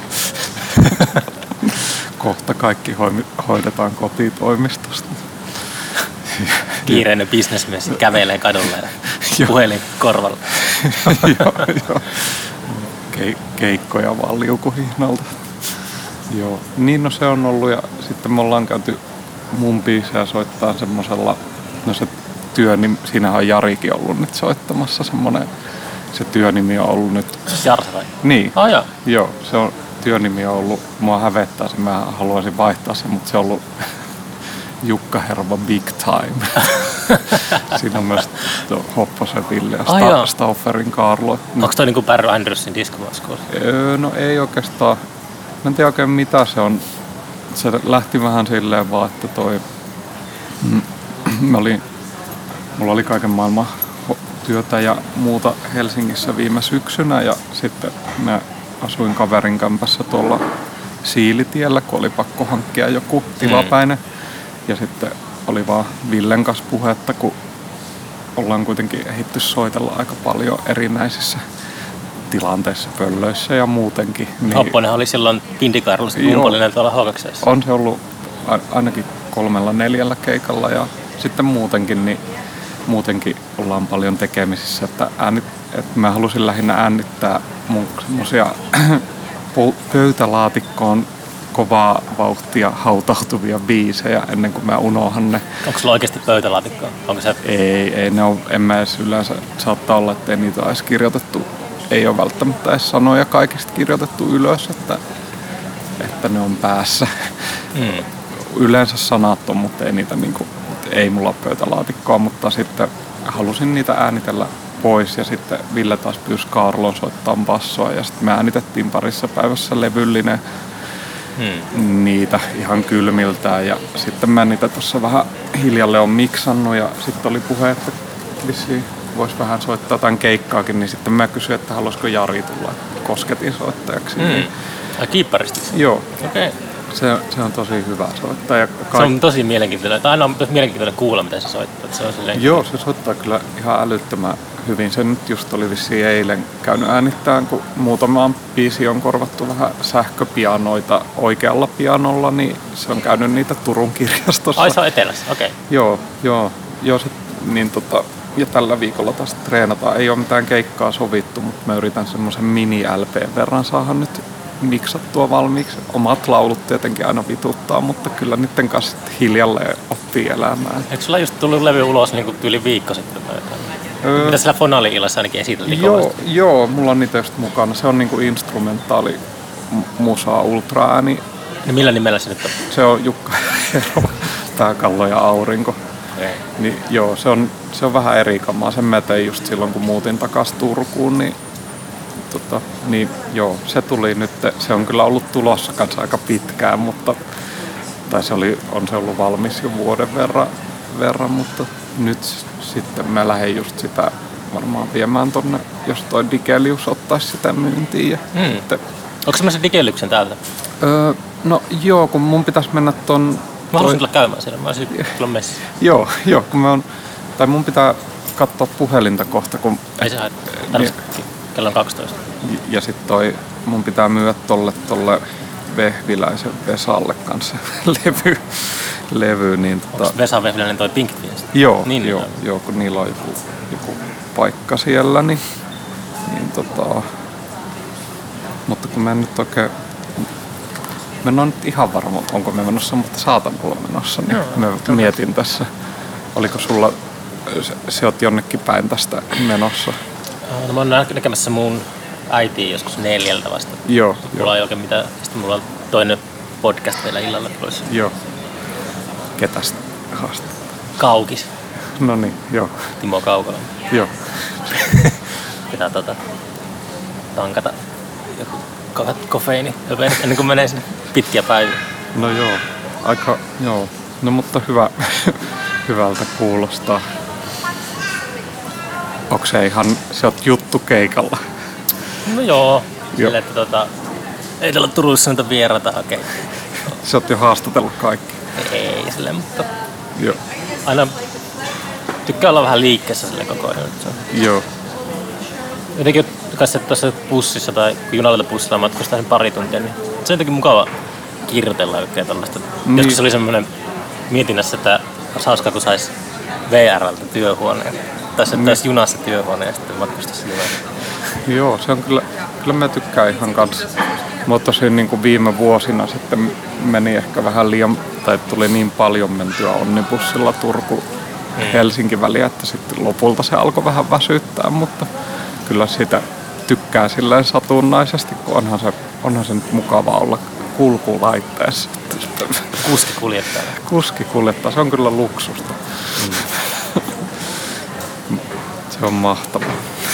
Kohta kaikki hoidetaan kotitoimistosta. Kiireinen bisnesmies kävelee kadulla ja puhelin korvalla. Joo. Keikkoja vaan liukuhihnalta. Joo, niin no se on ollut ja sitten me ollaan käyty mun biisejä soittaa semmosella, no se työnimi, siinähän on Jarikin ollut nyt soittamassa semmonen, se työnimi on ollut nyt... Jarsa vai? Niin. Joo, se on, työnimi on ollut, mua hävettää se, mä haluaisin vaihtaa sen, mutta se on ollut Jukka Herva Big Time. Siinä on myös Hopposen Ville ja Staufferin Kaarlo. Onko toi niinku Barry Andersin diskomaskoosi? No ei oikeastaan. Mä en tiedä oikein mitä se on. Se lähti vähän silleen vaan, että mulla oli kaiken maailman työtä ja muuta Helsingissä viime syksynä ja sitten mä asuin kaverin kämpässä tuolla Siilitiellä, kun oli pakko hankkia joku tilapäinen. Ja sitten oli vaan Villen kanssa puhetta, kun ollaan kuitenkin ehditty soitella aika paljon erinäisissä tilanteissa, pöllöissä ja muutenkin. Niin Hopponenhan oli silloin Pindikaarlossa kumpallinen tuolla H2:ssä. On se ollut ainakin 3-4 keikalla ja sitten muutenkin ollaan paljon tekemisissä, että mä halusin lähinnä äänittää mun semmosia pöytälaatikkoon kovaa vauhtia hautautuvia biisejä ennen kuin mä unohan ne. Onko sulla oikeasti pöytälaatikkoa? Onko se... Ei ne on, en mä edes yleensä, saattaa olla, ettei niitä ole edes kirjoitettu, ei ole välttämättä edes sanoja kaikista kirjoitettu ylös, että ne on päässä. Yleensä sanat on, mutta ei niitä niinku, ei mulla ole pöytälaatikkoa, mutta sitten halusin niitä äänitellä pois ja sitten Ville taas pyysi Kaarlon soittaa bassoa ja sitten me äänitettiin parissa päivässä levyllinen niitä ihan kylmiltään ja sitten mä niitä tuossa vähän hiljalle on miksannut ja sitten oli puhe, että vissiin vois vähän soittaa jotain keikkaakin, niin sitten mä kysyin, että haluaisiko Jari tulla kosketin soittajaksi. Ai kiipparistiksi? Joo. Okei. Se on tosi hyvä soittaja. Se on tosi mielenkiintoinen. Aina on tosi mielenkiintoinen kuulla, miten se soittaa. Se on Joo, se soittaa kyllä ihan älyttömän hyvin. Se nyt just oli vissiin eilen käynyt äänittämään, kun muutamaan biisi on korvattu vähän sähköpianoita oikealla pianolla, niin se on käynyt niitä Turun kirjastossa. Ai, se on etelässä, okei. Joo, se, niin ja tällä viikolla taas treenataan. Ei ole mitään keikkaa sovittu, mutta mä yritän semmoisen mini-LP verran saada nyt miksattua valmiiksi. Omat laulut tietenkin aina vituttaa, mutta kyllä niiden kanssa hiljalleen oppii elämään. Eikö sulla just tullut levy ulos niin kuin yli viikko sitten? Mitä sillä Fonaali-illassa ainakin esiteltiin kovasti? Joo, mulla on niitä just mukana. Se on niinku instrumentaali musaa ultraääni. No millä nimellä se nyt on? Se on Jukka Hero, Pääkallo ja Aurinko. Niin, joo, se on vähän eri kamaa. Sen mä tein just silloin, kun muutin takas Turkuun, niin joo, se tuli nyt. Se on kyllä ollut tulossa kanssa aika pitkään, mutta tai on se ollut valmis jo vuoden verran, mutta nyt sitten mä lähden just sitä varmaan viemään tonne, jos toi Digelius ottaisi sitä myyntiin. Onko semmoisen Digeliuksen täältä? No joo, kun mun pitäisi mennä ton... Mä haluaisin tulla käymään siellä, mä olisin tulla messiin. Joo, kun mun pitää katsoa puhelinta kohta, kun... Ei se tarvitse, kello on 12. Ja sit mun pitää myydä tolle Vehviläisen Vesalle kanssa levy niin Onko Vesa Vehviläinen toi Pink Twins? Joo, kun niillä on joku paikka siellä, niin mutta kun mä en nyt oikein... Mä en ole nyt ihan varma, onko me menossa, mutta saatan olla menossa, niin mä mietin tässä. Oliko sulla, sä oot jonnekin päin tästä menossa? No mä oon näkemässä mun äitiä joskus 4 vasta. Joo. Mulla ei oikein mitään, sitten mulla on toinen podcast vielä illalla tulossa. Joo. Ketäs haastat? Kaukis. No niin, joo. Timo Kaukola. Joo. Pitää tankata joku kofeiini ennen kuin menee sinne pitkiä päiviä. No joo. No mutta hyvältä kuulostaa. Onko se ihan, sä oot juttukeikalla? No joo. Sille, että ei täällä Turussa niitä vieraita hakea. Sä oot jo haastatellut kaikki. Ei silleen, mutta joo. Aina tykkää olla vähän liikkeessä sille koko ajan. Joo. Jotenkin kanssa tuossa bussissa tai junalla bussilla matkustaa sen pari tuntia, niin se on jotenkin mukava kirjoitella oikein tällaista. Niin. Joskus oli semmoinen mietinnässä, että olisi hauskaa, kun saisi VR:ltä työhuoneen. Tai se taisi junassa työhuoneen ja sitten matkustaisi junassa. Joo, se on kyllä mä tykkään ihan kanssa. Mutta tosiaan niin kuin viime vuosina sitten meni ehkä vähän liian, tai tuli niin paljon mentyä onnibussilla Turku-Helsinki väliä, että sitten lopulta se alkoi vähän väsyttää, mutta kyllä sitä tykkää silleen satunnaisesti, kun onhan se nyt mukava olla kulkulaitteessa. Kuski kuljettaa, se on kyllä luksusta. Se on mahtavaa.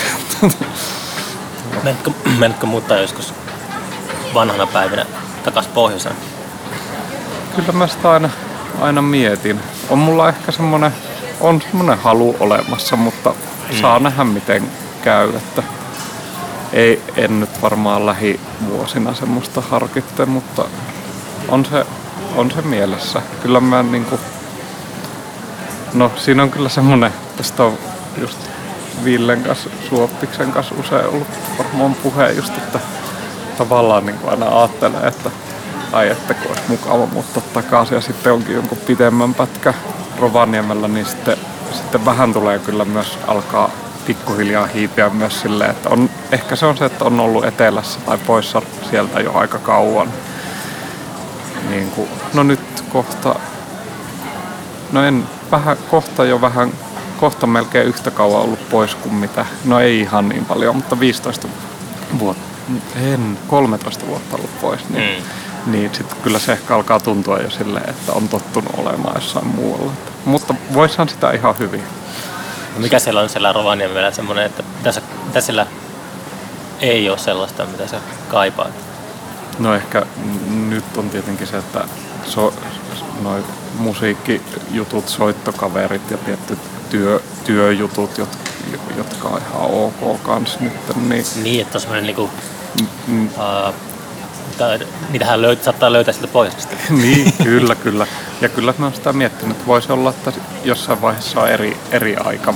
Menetkö muuttaa joskus vanhana päivinä takas pohjoiseen? Kyllä mä sitä aina mietin. On mulla ehkä semmonen halu olemassa, mutta saa nähdä miten käy. Että en nyt varmaan lähivuosina semmoista harkitte, mutta on se mielessä. Kyllä mä niinku... No siinä on kyllä semmonen, tästä on just Villen kanssa, Suoppiksen kanssa usein ollut varmaan puhe just, että tavallaan niin aina ajattelee, että kun olisi mukava muuttaa takaisin ja sitten onkin jonkun pitemmän pätkä Rovaniemellä, niin sitten vähän tulee kyllä myös alkaa pikkuhiljaa hiipiä myös silleen, että ehkä se on se, että on ollut etelässä tai poissa sieltä jo aika kauan. Niin kuin, no nyt kohta melkein yhtä kauan ollut pois kuin mitä, no ei ihan niin paljon, mutta 13 vuotta ollut pois, niin sitten kyllä se ehkä alkaa tuntua jo silleen, että on tottunut olemaan jossain muualla. Mutta voisihan sitä ihan hyvin. Mikä siellä on siellä Rovaniemellä semmoinen, että mitä siellä ei ole sellaista, mitä sä kaipaat? No ehkä nyt on tietenkin se, että noi musiikkijutut, soittokaverit ja tietty työjutut, jotka on ihan ok kans nyt. Niin, että on semmoinen niinku... niitähän saattaa löytää sieltä pohjoisesta. Niin, kyllä. Ja kyllä mä oon sitä miettinyt, että voisi olla, että jossain vaiheessa on eri aika,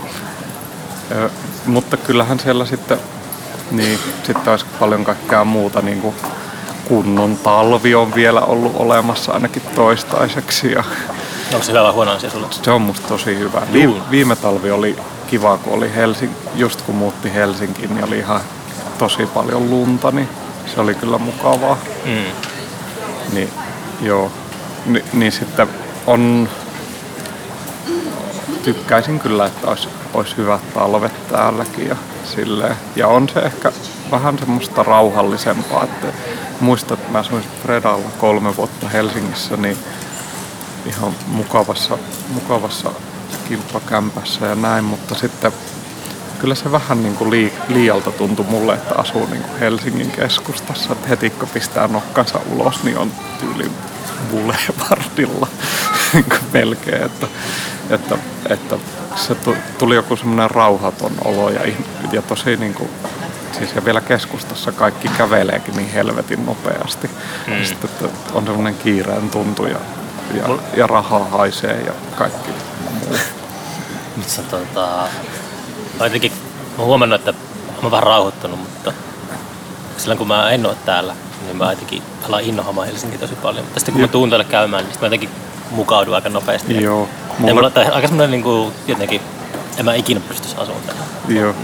mutta kyllähän siellä sitten olisi paljon kaikkea muuta, niin kuin kunnon talvi on vielä ollut olemassa ainakin toistaiseksi. Ja onko se hyvä vai huono asia sulle? Se on musta tosi hyvä. Viime talvi oli kiva, kun oli just kun muutti Helsinkiin, niin oli ihan tosi paljon lunta, niin se oli kyllä mukavaa. Niin, joo. Niin sitten tykkäisin kyllä, että olisi hyvät talvet täälläkin ja silleen. Ja on se ehkä vähän semmoista rauhallisempaa, että muistan, että mä asuin Fredalla 3 vuotta Helsingissä, niin ihan mukavassa kimppakämpässä ja näin, mutta sitten kyllä se vähän niin kuin liialta tuntui mulle, että asuu niin kuin Helsingin keskustassa, että heti kun pistää nokkansa ulos, niin on tyyli Boulevardilla niin kuin melkein, että se tuli joku semmoinen rauhaton olo ja tosi niin kuin, siis ja vielä keskustassa kaikki käveleekin niin helvetin nopeasti. Ja sitten että on semmoinen kiireen tuntu ja rahaa haisee ja kaikki muu. Jotenkin mä oon huomannut, että mä oon vähän rauhoittunut, mutta silloin kun mä en oo täällä, niin mä jotenkin alan innohamaan Helsinkiä tosi paljon. Mutta sitten kun mä tuun täällä käymään, niin mä jotenkin mukaudun aika nopeasti. Joo. Tai aika semmoinen niin kuin, jotenkin, en mä ikinä pystyisi asumaan täällä. Joo.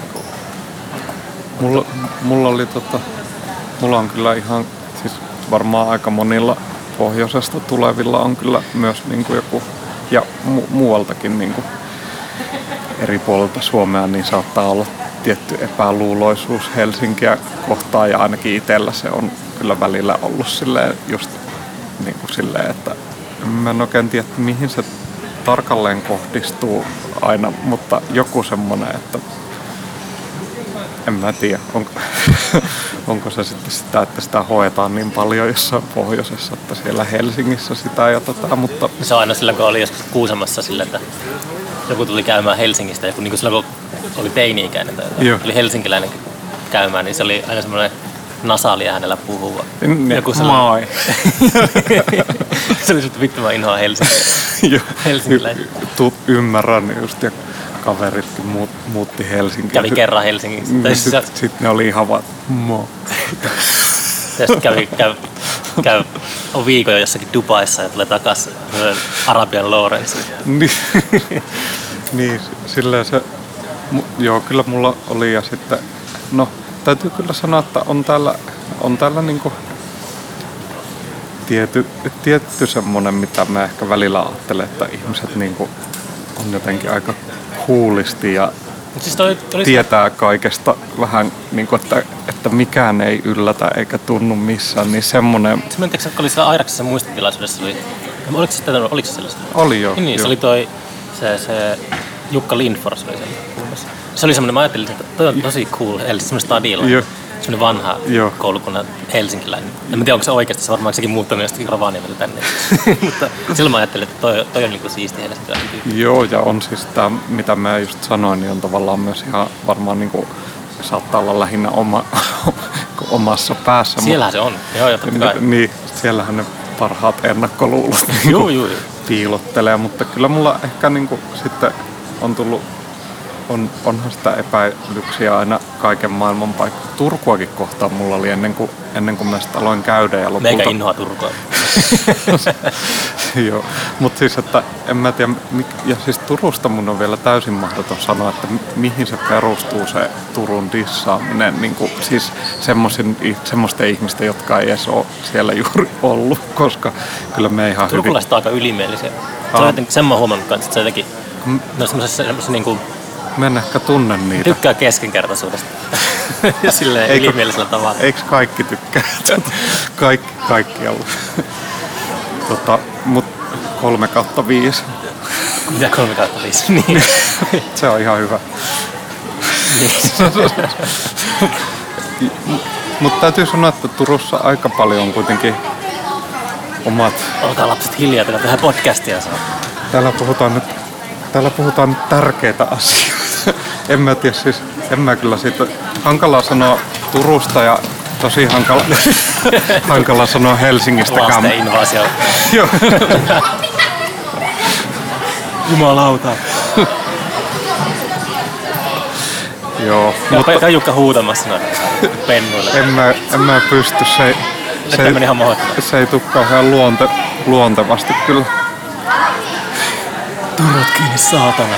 Mulla on kyllä ihan, siis varmaan aika monilla pohjoisesta tulevilla on kyllä myös niin kuin joku, ja muualtakin niin kuin eri puolilta Suomea, niin saattaa olla tietty epäluuloisuus Helsinkiä kohtaan, ja ainakin itsellä se on kyllä välillä ollut silleen, just niin kuin silleen, että mä en oikein tiedä, mihin se tarkalleen kohdistuu aina, mutta joku semmoinen, että en mä tiedä, onko se sitten sitä, että sitä hoetaan niin paljon jossain pohjoisessa, että siellä Helsingissä sitä jotain, mutta... Se on aina silloin, kun oli joskus Kuusamossa silleen, että joku tuli käymään Helsingistä, joku niin kuin silloin, kun oli teini-ikäinen tai jotain, oli helsinkiläinen käymään, niin se oli aina semmoinen nasaalia hänellä puhua. Joku moi! Se oli sitten vittu mä inhoan Helsinkiä. Helsinkiläinen. Ymmärrän just, ja kaveritkin muutti Helsinkiin. Kävi kerran Helsingissä. Sitten ne oli ihan vaan moi. Ja sitten käy on viikon jo jossakin Dubaissa ja tulee takas Arabian Lawrenceen. Niin, silleen se... Joo, kyllä mulla oli ja sitten... No, täytyy kyllä sanoa, että on täällä niinku... Tietty semmonen, mitä mä ehkä välillä ajattelen, että ihmiset niinku on jotenkin aika huulisti ja siis tietää kaikesta vähän niinku, että mikään ei yllätä eikä tunnu missään, niin semmonen... Semmoinen, oli siellä Airaksessa muistitilaisuudessa, oliko se sellaista? Oli joo. Niin, jo. Se oli se Jukka Lindfors oli siellä puhumassa. Se oli semmoinen, mä ajattelin, että toi on tosi cool, eli semmoinen stadilla. Semmoinen vanha koulukunnan helsinkiläinen. En tiedä, onko se oikeasti, se varmaan sekin muuttanut jostakin Rovaniemeltä tänne. Mutta silloin mä ajattelin, että toi on niinku siisti helsinkiläinen tyyppi. Joo, ja on siis tämä, mitä mä just sanoin, niin on tavallaan myös ihan varmaan niinku, saattaa olla lähinnä omassa päässä. Siellähän se on, joo, totta kai. Niin, siellähän ne parhaat ennakkoluulot piilottelee, mutta kyllä mulla ehkä niinku sitten on tullut onhan sitä epäilyksiä aina kaiken maailman paikka. Turkuakin kohtaan mulla oli ennen kuin mä sitä aloin käydä. Ja lopulta... Meikä inhoa Turkua. Joo, mutta siis, että en mä tiedä, ja siis Turusta mun on vielä täysin mahdoton sanoa, että mihin se perustuu se Turun dissaaminen, niin kuin, siis semmoisten ihmisten, jotka ei edes ole siellä juuri ollut, koska kyllä me ihan turkulaiset on aika ylimielisiä. Sen mä oon huomannut, että se jotenkin, no semmoisessa niin kuin mä en ehkä tunne niitä. Tykkää keskinkertaisuudesta. Ja silleen ylimielisellä tavalla. Eikö kaikki tykkää? Kaikkialla. Mut 3/5. Mitä 3/5? Niin. Se on ihan hyvä. Mutta täytyy sanoa, että Turussa aika paljon on kuitenkin omat... Olkaa lapset hiljaa, tällä tehdään podcastia saa. Täällä puhutaan nyt tärkeitä asioita. En mä tiedä siis, en mä kyllä siitä. Hankala sanoa Turusta ja tosi hankala sanoa Helsingistäkään. Lasten invasio. Joo. Jumalauta. Joo. Mutta Jukka huutamassa noin pennuille. En mä pysty. Se ei tule kauhean luontevasti kyllä. Turvat kiinni, saatana.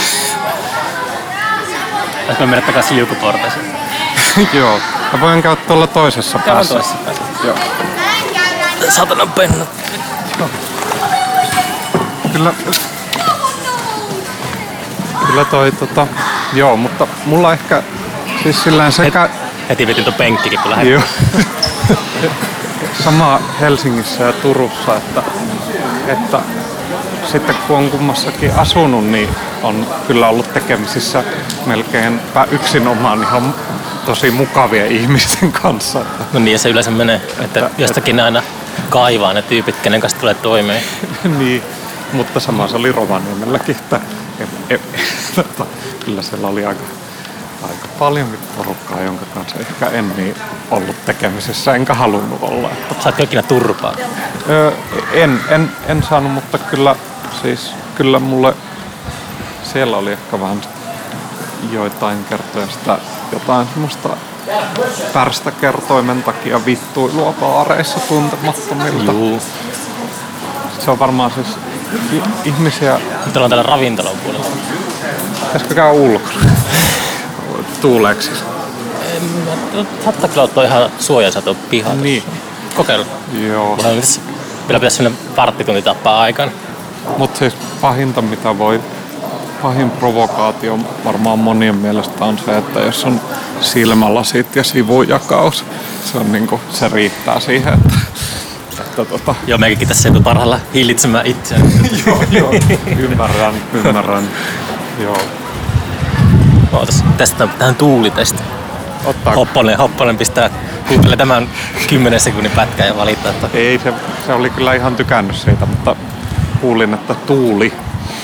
Olisiko mennä takaisin liukuportaisiin? Joo. Mä voin käydä tuolla toisessa päässä. Toisessa päässä. Joo. Satanan pennut. Kyllä toi joo, mutta mulla ehkä siis sillään sekä... Heti vetin tuon penkkikin, kun lähdin. Joo. Sama Helsingissä ja Turussa, että sitten kun on kummassakin asunut, niin on kyllä ollut tekemisissä melkein yksinomaan ihan tosi mukavia ihmisten kanssa. No niin, ja se yleensä menee, että jostakin aina kaivaa ne tyypit, kenen kanssa tulee toimeen. Niin, mutta sama se oli Rovaniemelläkin, että kyllä siellä oli aika paljonkin porukkaa, jonka kanssa ehkä en niin ollut tekemisissä, enkä halunnut olla. Saatko ikinä turpaa? En saanut, mutta kyllä mulle siellä oli ehkä vähän joitain kertoja sitä jotain semmoista pärstäkertoimen takia vittuilua baareissa tuntemattomilta. Juu. Se on varmaan siis ihmisiä... Nyt ollaan täällä ravintolan puolella. Pitäisikö käydä ulkona? Tuuleeko siis? Saattaa kyllä ottaa ihan suojansa tuon pihaan. Niin. Kokeilu. Joo. Vielä pitäisi sellainen varttitunti tappaa aikaan. Mutta siis pahin provokaatio varmaan monien mielestä on se, että jos on silmälasit ja sivujakaus, se on niinku, se riittää siihen, että Joo, meikin tässä joutuu parhailla hillitsemään itseään. Joo, ymmärrän. Joo. Ootas, testaan tähän tuulitesti. Ottaa. Hopponen pistää kuuntelee tämän 10 sekunnin pätkän ja valittaa, että... Ei, se oli kyllä ihan tykännyt siitä, mutta kuulin, että tuuli.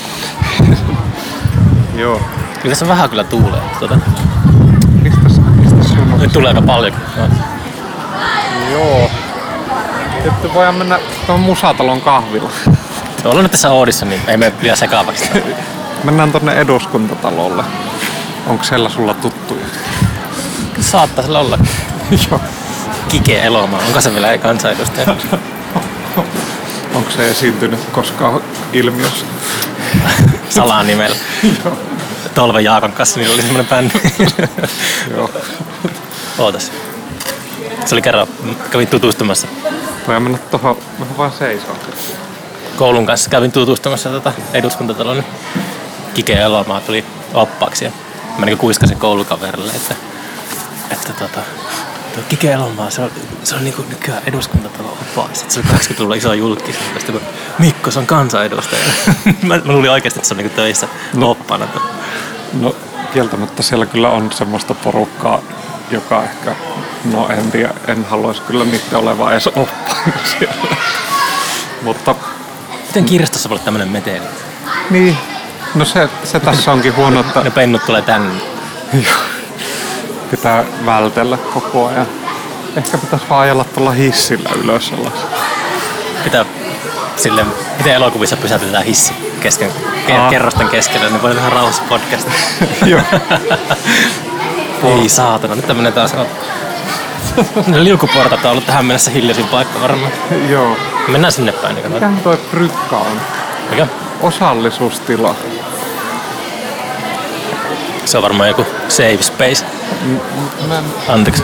Joo. Kyllä tässä vähän kyllä tuulee. Mistäs sun on? Nyt tulee aika paljon. No. Joo. Nyt voidaan mennä tuohon Musatalon kahvilla. Ollaan nyt tässä Oodissa, niin ei mene liian sekaavaksi. Mennään tonne Eduskuntatalolle. Onko siellä sulla tuttuja? Saattaa sillä olla. Joo. Kike Elomaa. Onko se vielä kansanedustaja? Onko se esiintynyt koskaan ilmiössä? Salanimellä. Joo. Tolve Jaakon kanssa, niillä oli semmonen bändi. Joo. Ootas. Se oli kerran, kävin tutustumassa. Voidaan mennä tohon, vähän vaan seisoo. Koulun kanssa kävin tutustumassa Eduskuntataloon. Niin Kike Elomaa tuli oppaaksi ja mä niin kuiskasin koulukaverille, että tuo Kike Elomaa, se on niin nykyään Eduskuntatalon oppaaksi. Se oli 80-luvulla iso julkis. Sitten Mikko, se on kansanedustaja. mä luulin oikeasti, että se on niin töissä oppana. No kieltämättä siellä kyllä on semmoista porukkaa, joka ehkä, no en tiedä, en haluaisi kyllä niitä olevan edes oppaina siellä. Mutta... Miten kirjastossa voi olla tämmönen meteli? Niin, no se tässä onkin huono, että... Ne pennut tulee tänne. Joo. Pitää vältellä koko ajan. Ehkä pitäisi vaan ajella tuolla hissillä ylös alas. Pitää silleen, miten elokuvissa pysäytetään hissi kesken, kerrosten keskellä, niin voi tehdä rauhassa podcastia. Joo. Ei saatana, nyt tämmönen taas on. Ne liukuportat on ollut tähän mennessä hiljaisin paikka varmaan. Joo. Mennään sinne päin. Niin mikähän toi Brykka on? Mikä? Osallisuustila. Se on varmaan joku safe space. Anteeksi.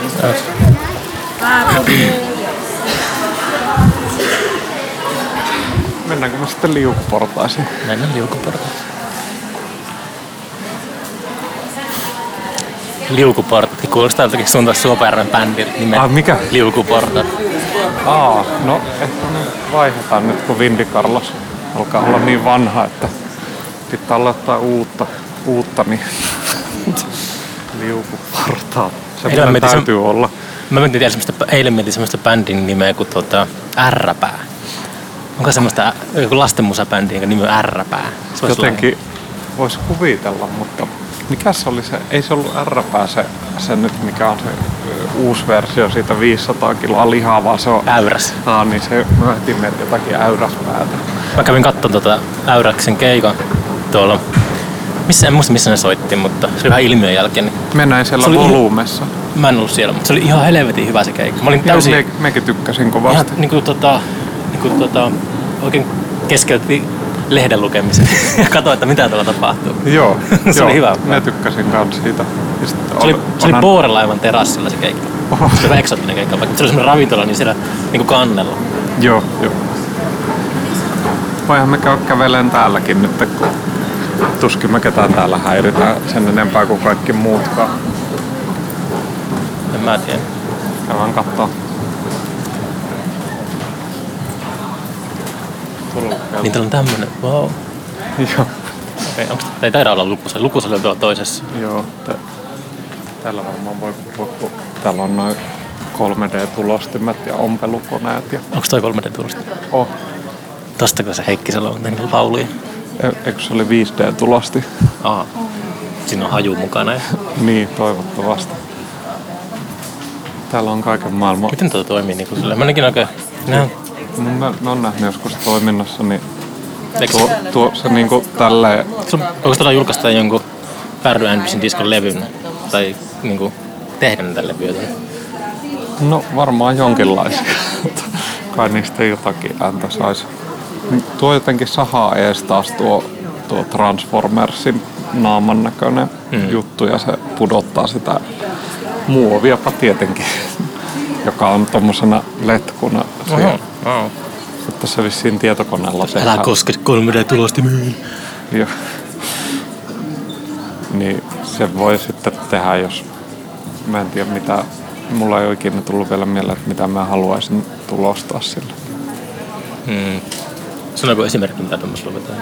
Mennäänkö me sitten liukuportaisiin? Mennään liukuportaisiin. Liukuportat. Kuulostaa jotenkin sun taas Suopajärven bändin nimen. Mikä? Liukuportat. No ehkä me vaihdetaan nyt, kun Vindy Carlos alkaa olla niin vanha, että pitää olla jotain uutta niin liukuportaat. Se täytyy olla. Mä eilen mietin semmoista bändin nimeä kuin R-pää. Onko semmoista joku lastenmusabändi, jonka nimi on R-pää? Jotenkin voisi kuvitella, mutta Mikä se oli se? Ei se ollut R-pää se nyt, mikä on se uusi versio siitä 500 kiloa lihaa, vaan se on... Äyräs. Niin se myöhtiin meitä jotakin äyräspäätä. Mä kävin katsomaan Äyräksen keikan tuolla. En muista missä ne soitti, mutta se oli vähän ilmiön jälkeen. Niin mennään siellä Volumessa. Mä en ollut siellä, mutta se oli ihan helvetin hyvä se keikka. Mä olin täysin... Mekin tykkäsin kovasti. Ihan oikein keskeytti lehden lukemisen ja katsoin, että mitä tuolla tapahtuu. Joo. Se oli hyvä. Mä tykkäsin kans siitä. Se oli Boorelaivan terassilla se keikka. Se oli eksoottinen keikka, vaikka se oli semmoinen ravintola, niin siellä niinku kannella. Joo. Voihan me käydä kävelemään täälläkin nyt, kun tuskin me ketään täällä häiritään sen enempää kuin kaikki muutkaan. En mä tiedä. Käydään kattoo. Niin täällä on tämmönen, wow. Joo. Okei, ei taida olla lukusali. Lukusali on tuolla toisessa. Joo, täällä varmaan voi puhua. Täällä on noin 3D-tulostimet ja ompelukoneet. Onko toi 3D-tulosti? Oh. Tostako se Heikkisellä on tehnyt lauluja? Eikö se oli 5D-tulosti? Siinä on haju mukana. Niin, toivottavasti. Täällä on kaiken maailman... Miten tuo toimii niin kuin silleen? Mä ainakin oikein... Mä oon nähnyt joskus toiminnassa, niin tuo se niinku tälleen... Onko tuolla julkaista jonkun Pärdy Andersin diskon levyn? Tai niinku tehdä näitä levyjä? No varmaan jonkinlaisia. Kai niistä jotakin ääntä sais. Tuo jotenkin sahaa ees taas tuo Transformersin naaman näköinen juttu ja se pudottaa sitä muoviapa tietenkin, joka on tommosena letkuna. Että se vissiin tietokoneella tehdään. Älä koske 3D-tulostimeen. Joo. Niin se voi sitten tehdä, jos mä en tiedä mitä, mulla ei oikein tullut vielä mieleen, että mitä mä haluaisin tulostaa sillä. Sanoiko esimerkki, mitä tuommoista luvetaan?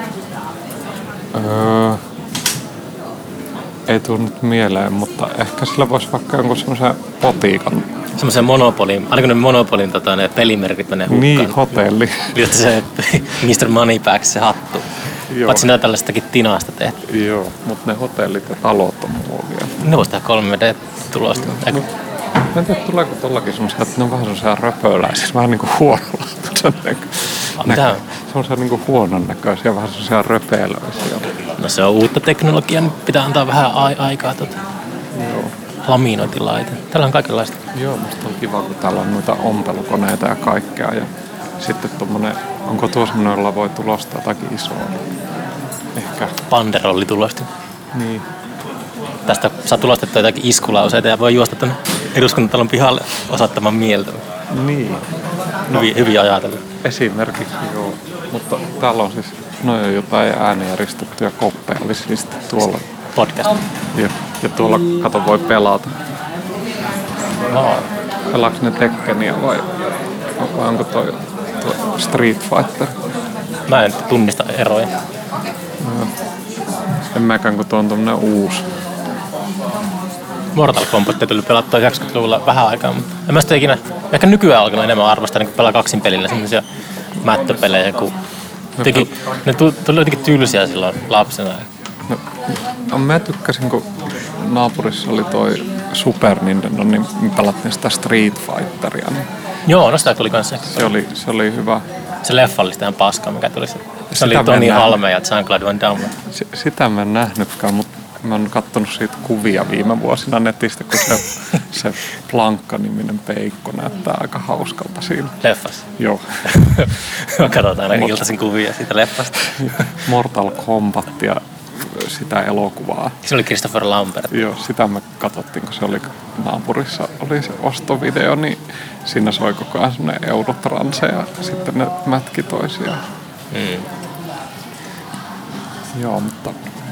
Ei tule nyt mieleen, mutta ehkä sillä voisi vaikka jonkun semmoisen potiikan. Semmoisen Monopolin, aina kun ne Monopolin ne pelimerkit menee hukkaan. Niin, hotelli. Jotta se Mr. Moneybags, se hattu. Paitsi ne tällaistakin tinasta tehty. Joo, mutta ne hotellit ja talot on muovia. Ne vois tehdä 3D-tulosta. Mä en tiedä, tuleeko tollakin semmoisia, että ne on vähän semmoisia röpöläisiä, vähän niinku huonolaatuisen näköisiä. Semmoisia niinku huonon näköisiä, vähän semmoisia röpelöisiä. No se on uutta teknologiaa, niin pitää antaa vähän aikaa Joo. Laminointilaite. Täällä on kaikenlaista. Joo, musta on kiva, kun täällä on noita ompelukoneita ja kaikkea. Ja sitten tommonen, onko tuo semmonen, jolla voi tulostaa jotakin isoa? Ehkä. Panderolli tulosti. Niin. Tästä saa tulostettua jotakin iskulauseita ja voi juosta tänne eduskuntatalon pihalle osoittamaan mieltä. Niin. No, hyvin ajatella. Esimerkiksi joo. Mutta täällä on siis jotain äänieristettyjä koppeja oli sitten tuolla. Podcast. Ja tuolla kato voi pelata. No. Pelaaks ne Tekkeniä vai onko toi Street Fighter? Mä en tunnista eroja. No. En mäkään, kun tuo on tommonen uusi. Mortal Kombat tuli pelattua 90-luvulla vähän aikaa, mutta en mä sitä ikinä, ehkä nykyään alkanut enemmän arvostaa, niin kun pelaa kaksinpelillä semmosia mättöpelejä, kun ne tuli jotenkin tylsiä silloin lapsena. No, mä tykkäsin, kun naapurissa oli toi Super Nintendo, niin me pelattiin sitä Street Fighteria. Niin joo, no sitä tuli kanssa. Se oli hyvä. Se leffa oli sitä paskaa, mikä tuli se. Se oli Tony Halme ja Jean-Claude Van Damme. Sitä mä en nähnytkään, mutta mä oon kattonut siitä kuvia viime vuosina netistä, kun se Plankka-niminen peikko näyttää aika hauskalta siinä. Leffassa? Joo. Katsotaan aina iltaisin kuvia siitä leffasta. Mortal Kombat ja sitä elokuvaa. Se oli Christopher Lambert. Joo, sitä me katsottiin, kun se oli naapurissa oli se ostovideo, niin siinä soi koko ajan semmoinen Eurotranse ja sitten ne mätki toisiaan. Joo, mutta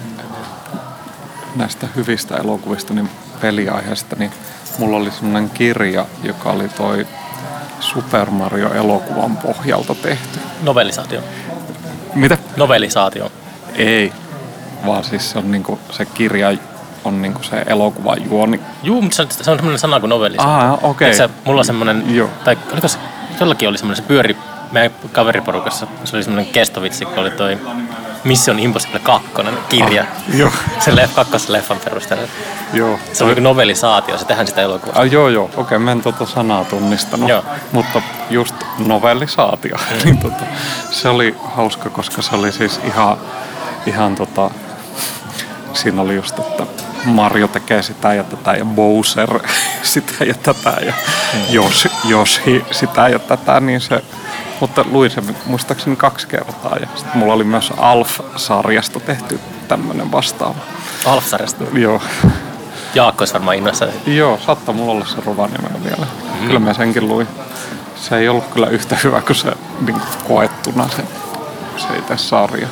näistä hyvistä elokuvista, niin peliaiheesta, niin mulla oli semmoinen kirja, joka oli toi Super Mario-elokuvan pohjalta tehty. Novellisaatio. Mitä? Novellisaatio. Ei, vaan siis se on niinku, se kirja on niinku se elokuvan juoni. Juu, mutta se on semmoinen sana kuin novellisaatio. Okei. Okay. Mulla on semmoinen, tai oliko se, jollakin oli semmoinen, se pyöri meidän kaveriporukassa, se oli semmoinen kestovitsi, kun oli toi Mission Impossible 2 kirja. Joo. Sen kakkosleffan perusteella. Joo. Se on joku novelisaatio, se tehdään sitä elokuvaa. Joo. Okei, mä en sanaa tunnistanut. Joo. Mutta just novellisaatio. Niin se oli hauska, koska se oli siis ihan siinä oli just, että Mario tekee sitä ja tätä ja Bowser sitä ja tätä ja Yoshi sitä ja tätä, niin se, mutta luin sen muistaakseni 2 kertaa ja sitten mulla oli myös Alf-sarjasta tehty tämmönen vastaava. Alf-sarjasta? Joo. Jaakko olisi varmaan innoissa. Joo, saattaa mulla olla se Rovaniemellä vielä. Kyllä mä senkin luin. Se ei ollut kyllä yhtä hyvä kuin se niin koettuna se itse sarja.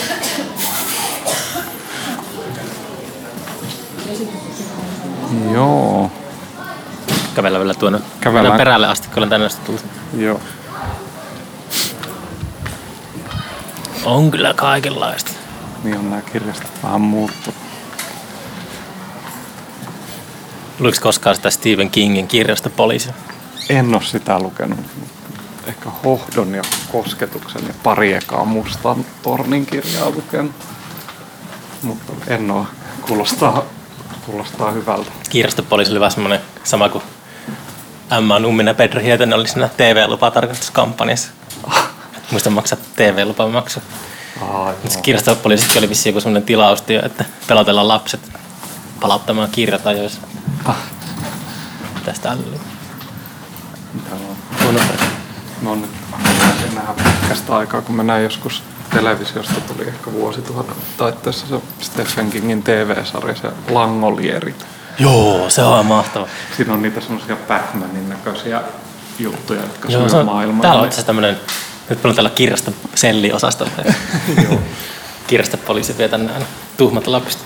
Joo. Kävellä vielä tuonne perälle asti, kun olen tänne tullut. Joo. On kyllä kaikenlaista. Niin on nämä kirjastot vähän muuttu. Luitko koskaan sitä Stephen Kingin kirjasta Poliisi? En ole sitä lukenut. Ehkä Hohdon ja Kosketuksen ja pari ekaa Mustan tornin kirjaa lukenut. Mutta en ole. Kuulostaa hyvältä. Kirjastopoliisi oli vähän semmoinen sama kuin Emma Numminen ja Petri Hietanen oli siinä TV-lupatarkastuskampanjassa. Muista maksaa TV-lupamaksu. Kirjastopoliisikin oli vissiin joku semmoinen tilaustyö, että pelotellaan lapset palauttamaan kirjat ajoissa. Tästä älyä. No nyt enää pitkästä aikaa, kun mä näin joskus televisiosta tuli ehkä vuosituhannen taitteessa se Stephen Kingin TV-sarja, se Langolierit. Joo, se on mahtava. Siinä on niitä semmoisia Batmanin näköisiä juttuja, jotka syö maailmaa. Täällä on itse asiassa tämmönen, nyt on täällä kirjastoselli-osasto. Kirjastopoliisi vie tänne aina tuhmat lapista.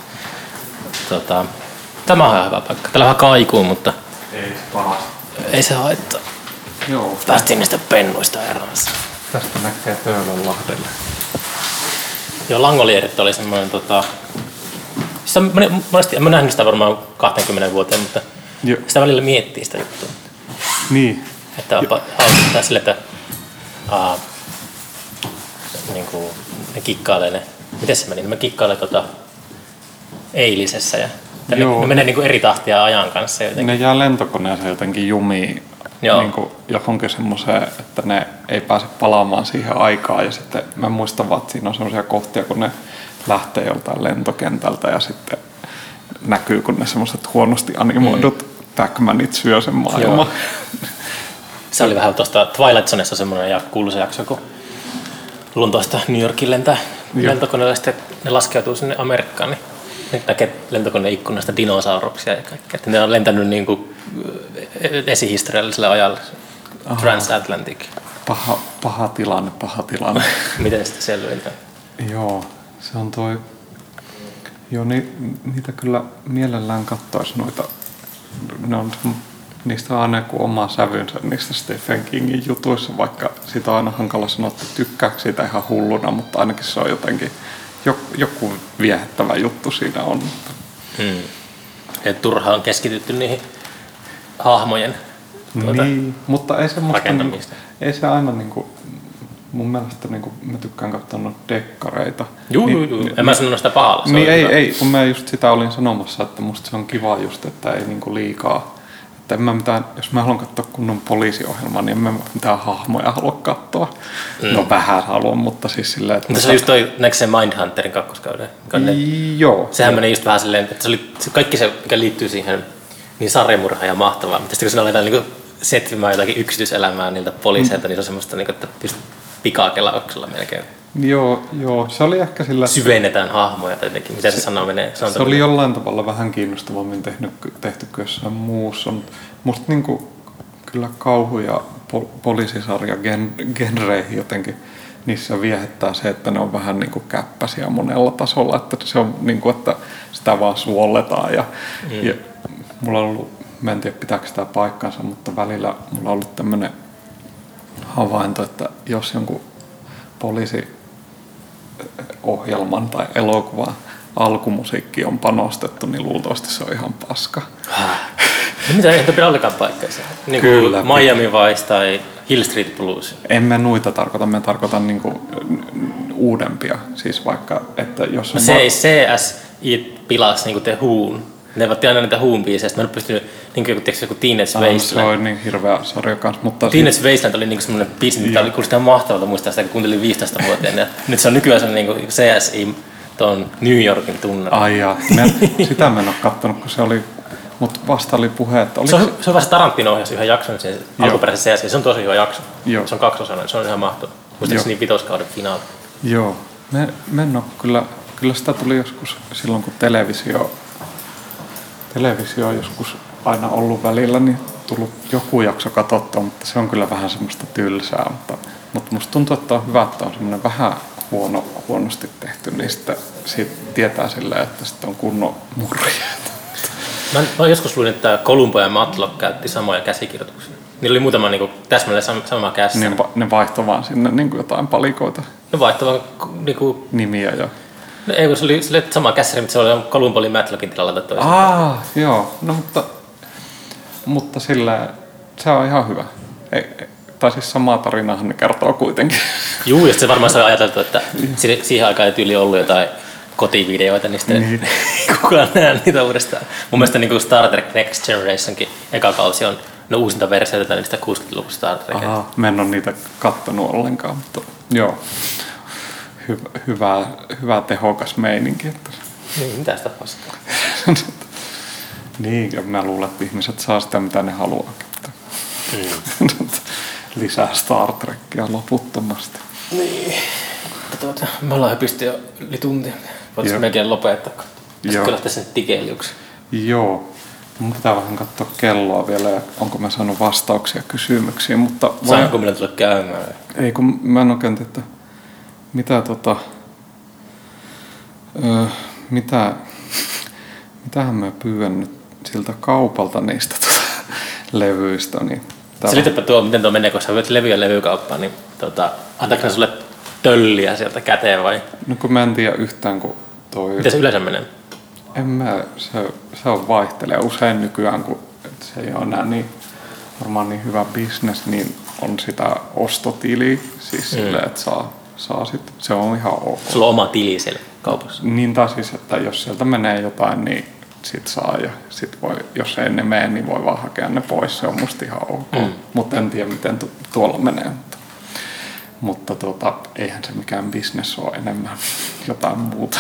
Tämä on ihan hyvä paikka. Täällä on vähän kaikuu, mutta ei se pahasti. Ei se haittaa. Joo. Päästiin niistä pennuista eroon. Tästä näkee Töölönlahdelle. Joo, Langolierit oli semmoinen monesti, en mä nähnyt sitä varmaan 20 vuoteen, mutta sitä välillä miettii sitä juttua. Niin. Että on hauska sille, että niinku, ne kikkailee miten se meni? Ne kikkailee eilisessä ja ne menee niinku eri tahtia ajan kanssa jotenkin. Ne jää lentokoneeseen jotenkin jumiin niinku johonkin semmoiseen, että ne ei pääse palaamaan siihen aikaan. Ja sitten mä muistan vaan, että siinä on semmoisia kohtia, kun ne lähtee joltain lentokentältä ja sitten näkyy, kun ne semmoiset huonosti animoidut Pac-Manit syö sen maailman. Se oli vähän tuosta Twilight Zonessa semmoinen kuuluisa jakso, kun Lontoosta New Yorkin lentää lentokoneella ja sitten ne laskeutuu sinne Amerikkaan, niin nyt näkee lentokoneen ikkunasta dinosauruksia ja kaikkea. Että ne on lentänyt niin kuin esihistorialliselle ajalle. Transatlantic. Paha tilanne. Miten sitä selventää? Joo, se on toi. Joo, niitä kyllä mielellään kattoisi noita. Niistä on aina joku oma sävynsä niistä Stephen Kingin jutuissa, vaikka sitä on aina hankala sanoa, että tykkääkö siitä ihan hulluna, mutta ainakin se on jotenkin joku viehättävä juttu siinä on. Et turhaan keskitytty niihin hahmojen niin, mutta ei se rakentamista. Ei se aina niinku, mun mielestä niinku, mä tykkään katsoa noita dekkareita. Juu. En mä sanonut sitä pahalla. Niin ei, kun mä just sitä olin sanomassa, että musta se on kiva just, että ei niinku liikaa. Että en mä mitään, jos mä haluan katsoa kunnon poliisiohjelmaa, niin en mä mitään hahmoja halua katsoa. No vähän haluan, mutta siis silleen, että... Mutta se oli just toi, näkö se Mindhunterin kakkoskauden? Joo. Sehän meni just vähän silleen, että se oli kaikki se, mikä liittyy siihen niin sarjamurhaan ja mahtavaa. Mutta sitten kun siinä aletaan niin setvimään jotakin yksityiselämää niiltä poliiseilta, niin se on semmoista, niin kuin, että just pikakelauksella melkein. Joo, se oli ehkä sillä... Syvennetään hahmoja jotenkin, mitä se sana menee. Se oli jollain tavalla vähän kiinnostavammin tehty kuin jossain muussa. Musta niinku, kyllä kauhu- ja poliisisarja genreihin jotenkin niissä viehättää se, että ne on vähän niinku käppäisiä monella tasolla. Että se on niinku, että sitä vaan suolletaan. Ja mulla on ollut, mä en tiedä pitääkö sitä paikkansa, mutta välillä mulla on ollut tämmönen havainto, että jos jonkun poliisiohjelman tai elokuvan alkumusiikki on panostettu, niin luultavasti se on ihan paska. No mitä ei pidä ollenkaan paikkaansa? Niin kyllä. Miami Vice tai Hill Street Blues. En mä noita tarkoita, mä tarkoitan niinku uudempia. Siis vaikka, että jos on... Se ei CSI pilasi niinku The Who'n. Ne otti aina niitä Who'n biisejä. Mä en ole pystynyt, niinku joku Teenage Wasteland. Se on niin hirveä sarja kanssa. Mutta Teenage Wasteland oli niinku semmoinen biisi, mitä oli kuulosti ihan mahtavalta muistaa sitä, kun kuuntelin 15-vuotiaana. Nyt se on nykyään semmoinen niinku CSI tuon New Yorkin tunnelma. Ai jaa, sitä mä en ole kattonut, kun se oli... Mutta vasta oli puhe, että... Se on vasta Tarantino ohjasi yhden jakson sen alkuperäisen CSI. Se on tosi hyvä jakso. Joo. Se on 2-osainen, se on ihan mahtava. Muistaakseni 5-kauden finaali. Joo. Me en ole kyllä sitä tuli joskus silloin, kun televisio on joskus aina ollut välillä, niin tullut joku jakso katsottua, mutta se on kyllä vähän semmoista tylsää. Mutta musta tuntuu, että on hyvä, että on semmoinen vähän huonosti tehty, niin sitten siitä tietää silleen, että sitten on kunnon murria. Mä joskus luin, että Columbo ja Matlock käytti samoja käsikirjoituksia. Niillä oli muutama niinku täsmälleen sama käsi. Ne vaihtoi vaan sinne niinku jotain palikoita. Ne vaihtoi vaan niinku... Nimiä ja... No, ei, kun se oli sama kässäri, mutta se oli Columbo oli Matlockin tilalla toisaalta. Joo. No mutta sillä se on ihan hyvä. Tai siis samaa tarinaahan ne kertoo kuitenkin. Juu, ja se varmaan sai ajateltu, että siihen aikaan ei tyyli ollut jotain kotivideoita, niin sitten kukaan näe niitä uudestaan. Mun mielestä niin Star Trek Next Generationkin eka kausi on uusinta versioita niistä 60-luvun Star Trekista. Mä en ole niitä kattonut ollenkaan, mutta joo. Hyvä tehokas meininki. Että... Niin, mitä sitä paskaa? Niin, mä luulen, että ihmiset saa sitä, mitä ne haluaa. Lisää Star Trekkia loputtomasti. Niin. Me ollaan hypistä jo yli tuntia. Voitaisiin melkein lopettaa. Sitten kyllä sen tikeilyksi. Joo. Mun pitää vähän katsoa kelloa vielä ja onko mä saanut vastauksia kysymyksiin. Mutta saanko minä tulla käymään? Ei, kun mä en oikein tiedä, mitähän mä pyydän nyt siltä kaupalta niistä levyistä. Niin selitäpä miten tuo menee, kun sä vyöt levyä levykauppaan, niin antaako ne sulle tölliä sieltä käteen vai? No kun mä en tiedä yhtään, kun toi... Miten se yleensä menee? Se on vaihtelee usein nykyään, kun se ei ole enää varmaan niin hyvä business, niin on sitä ostotiliä, siis silleen, että saa sit, se on ihan ok. Sulla on oma tili siellä kaupassa? Niin tai siis, että jos sieltä menee jotain, niin sit saa ja sit voi, jos ei ne mene, niin voi vaan hakea ne pois, se on musta ihan ok. Mutta en tiedä, miten tuolla menee. Mutta eihän se mikään business ole enemmän jotain muuta.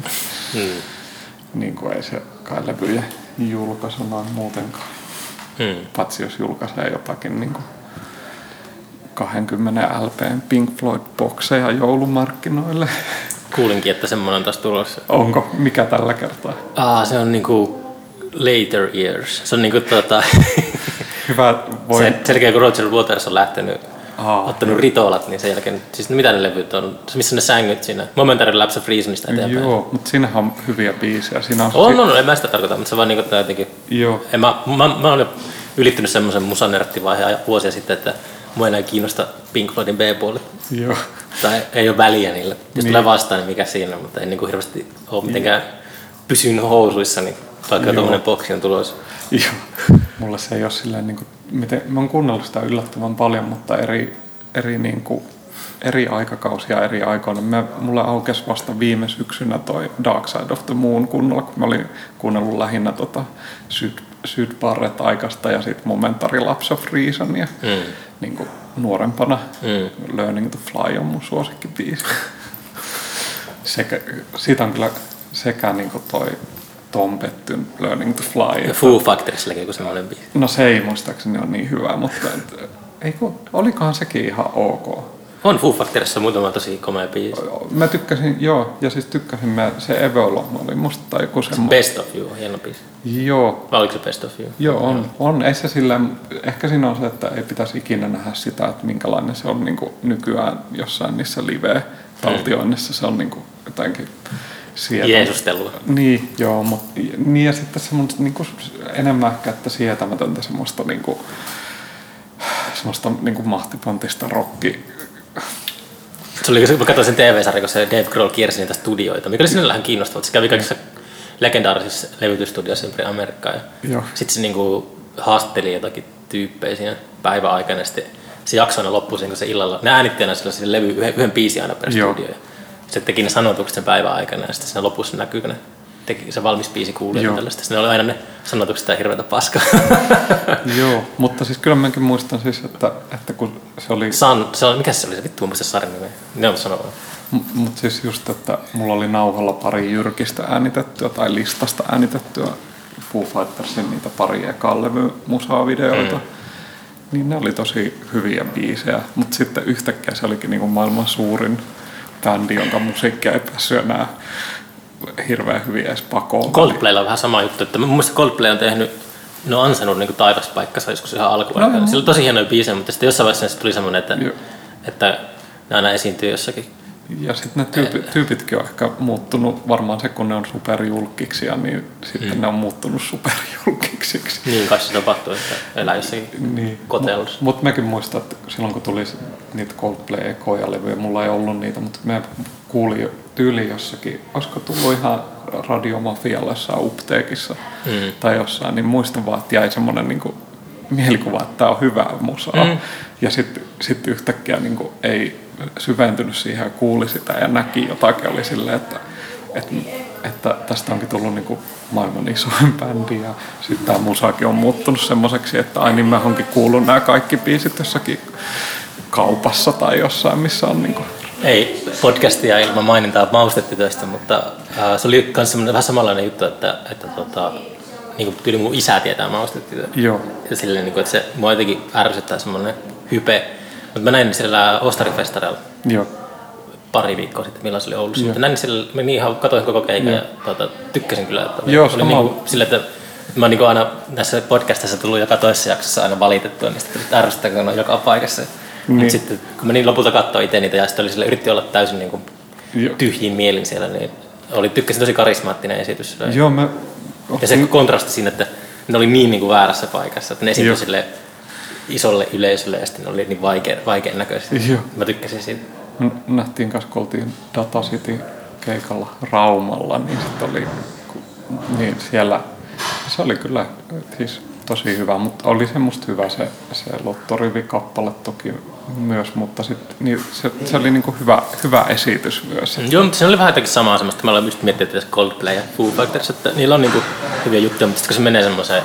Niin kuin ei se kai levyjen julkaisuna muutenkaan. Paitsi jos julkaisee jotakin niin kuin 20 LP:n Pink Floyd-bokseja joulumarkkinoille. Kuulinkin, että semmoinen on taas tulossa. Onko? Mikä tällä kertaa? Se on niinku later years. Se on niinku hyvä voi... Sen jälkeen kun Roger Waters on lähtenyt ottanut ritolat, niin sen jälkeen, siis mitä ne levyt on, missä ne sängyt siinä, Momentary Lapse of Reasonista eteenpäin. Joo, mutta siinähän on hyviä biisejä. Siinä on, en mä sitä tarkoita, mutta se vaan niinku jotenkin, joo. Mä olen ylittänyt semmoisen musanerttivaiheen vuosia sitten, että mua ei enää kiinnosta Pink Floydin B-puolet. Joo. Tai ei ole väliä niillä. Jos tulee vastaan, niin mikä siinä on, mutta en niinku hirveästi ole mitenkään pysynyt housuissa, niin vaikka tommonen boksi on tulossa. Joo. Mulla se ei ole silleen niinku, mä oon kuunnellut sitä yllättävän paljon, mutta eri aikakausia eri aikoina. Mulle aukesi vasta viime syksynä toi Dark Side of the Moon kunnolla, kun mä olin kuunnellut lähinnä Syd Barrett-aikasta ja sitten Momentary Lapse of Reasonia. Niin kuin nuorempana. Learning to Fly on mun suosikkibiisi. Siitä on kyllä sekä niin kuin toi Tom Pettyn Learning to Fly. Ja Foo Factorisillakin joku semmoinen biisi. No se ei muistaakseni ole niin hyvä, mutta olikohan sekin ihan ok. On Foo Factorissa muutama tosi komea biisi. Mä tykkäsin, joo, ja siis tykkäsin se Evolo oli musta tai joku semmoinen. Best of You, hieno biisi. Joo. Vai oliko se Best of You? Joo, on. Ei se silleen, ehkä siinä on se, että ei pitäisi ikinä nähdä sitä, että minkälainen se on niin kuin nykyään jossain niissä live-taltioinnissa. Se on niin kuin jotenkin Jeesustelua. Niin, joo, mutta niin ja sitten semmoista niin kuin enemmän ehkä, että sietämätöntä semmoista niinku mahtipontista rocki. Se oli, kun mä katsoin sen TV-sarjan, kun se Dave Grohl kiersi niitä studioita, mikä oli sinällään kiinnostavaa. Se kävi kaikissa legendaarisissa levytysstudioissa ympäri Amerikkaa. Sitten se niinku haastatteli jotakin tyyppejä siinä päivän aikana. Sitten se jakso aina loppui kun se illalla. Ne äänitti aina sille levy yhden biisin aina per studio. se teki ne sanotukset sen päivän aikana ja sitten siinä lopussa näkyy, kun ne teki se valmis biisi kuului ja tällaista. Sitten ne oli aina ne sanotukset ja hirveätä paskaa. Joo, mutta siis kyllä mäkin muistan siis, että kun se oli... Mikä se oli se vittu, mä muistan sarjan nimeä? Ne on sanonut. Mutta siis just, että mulla oli nauhalla pari Jyrkistä äänitettyä tai listasta äänitettyä Foo Fightersin niitä pari ekan levy musaa-videoita. Niin ne oli tosi hyviä biisejä, mutta sitten yhtäkkiä se olikin niinku maailman suurin bändi, jonka musiikkia ei päässyt enää hirveän hyviä edes pakoon. Coldplaylla on vähän sama juttu, että mun mielestä Coldplay on tehnyt, ne on ansainnut niinku taivaspaikkansa joskus ihan alkuaikana. Sillä on tosi hienoja biisejä, mutta sitten jossain vaiheessa tuli semmoinen, että ne aina esiintyy jossakin. Ja sitten ne tyypitkin on ehkä muuttunut, varmaan se kun ne on superjulkkiksia, niin sitten ne on muuttunut superjulkiksiksi. Niin kai se tapahtuu, että elää jossakin kotelussa. Mutta mäkin muistan, että silloin kun tuli niitä Coldplay-ekoja levyjä, mulla ei ollut niitä, mutta mä kuulin tyyli jossakin, olisiko tullut ihan Radiomafialla jossain Upteekissa tai jossain, niin muistan vaan, että jäi semmoinen niinku mielikuva, että tää on hyvää musaa. Ja sitten yhtäkkiä niinku ei syventynyt siihen ja kuuli sitä ja näki jotakin, oli silleen, että tästä onkin tullut niinku maailman isoin bändi ja sitten tämä musaakin on muuttunut semmoiseksi, että ai niin mä onkin kuullut nämä kaikki biisit jossakin kaupassa tai jossain, missä on niinku... Ei podcastia ilman mainintaa maustetytöistä, mutta se oli myös vähän samanlainen juttu, että niin tyyli mun isä tietää maustetytöä. Joo. Ja silleen, niin kuin, että se mua jotenkin ärsyttää semmoinen hype. Mutta mä näin siellä Ostarifestareilla pari viikkoa sitten, milloin se oli Oulussa. Mutta näin siellä, katoin koko keikan ja tykkäsin kyllä. Että joo, oli niin sille, että mä oon niin aina näissä podcastissa tullut joka toisessa jaksossa aina valitettua, niin sitten ärsyttää, kun on joka paikassa. Mutta sitten kun mä niin lopulta katsoin itse niitä ja sitten oli sille, yritti olla täysin niin kuin tyhjiin mielin siellä, niin tykkäsin tosi karismaattinen esitys. Joo, ja se kontrasti siinä, että ne oli niin kuin väärässä paikassa, että ne esiintyi sille isolle yleisölle ja sitten ne oli niin vaikean näköisiä. Mä tykkäsin siitä. Nähtiin kanssa, kun oltiin Data City keikalla Raumalla, niin sitten oli niin siellä, se oli kyllä siis tosi hyvä, mutta oli semmoista hyvä se Lottorivi-kappale toki myös, mutta sit, niin se oli niinku hyvä esitys myös. Joo, mutta se oli vähän jotakin samaa semmoista, mä olen just miettinyt, että Coldplay ja Foo Fighters, että niillä on niinku hyviä juttuja, mutta sitten kun se menee semmoiseen...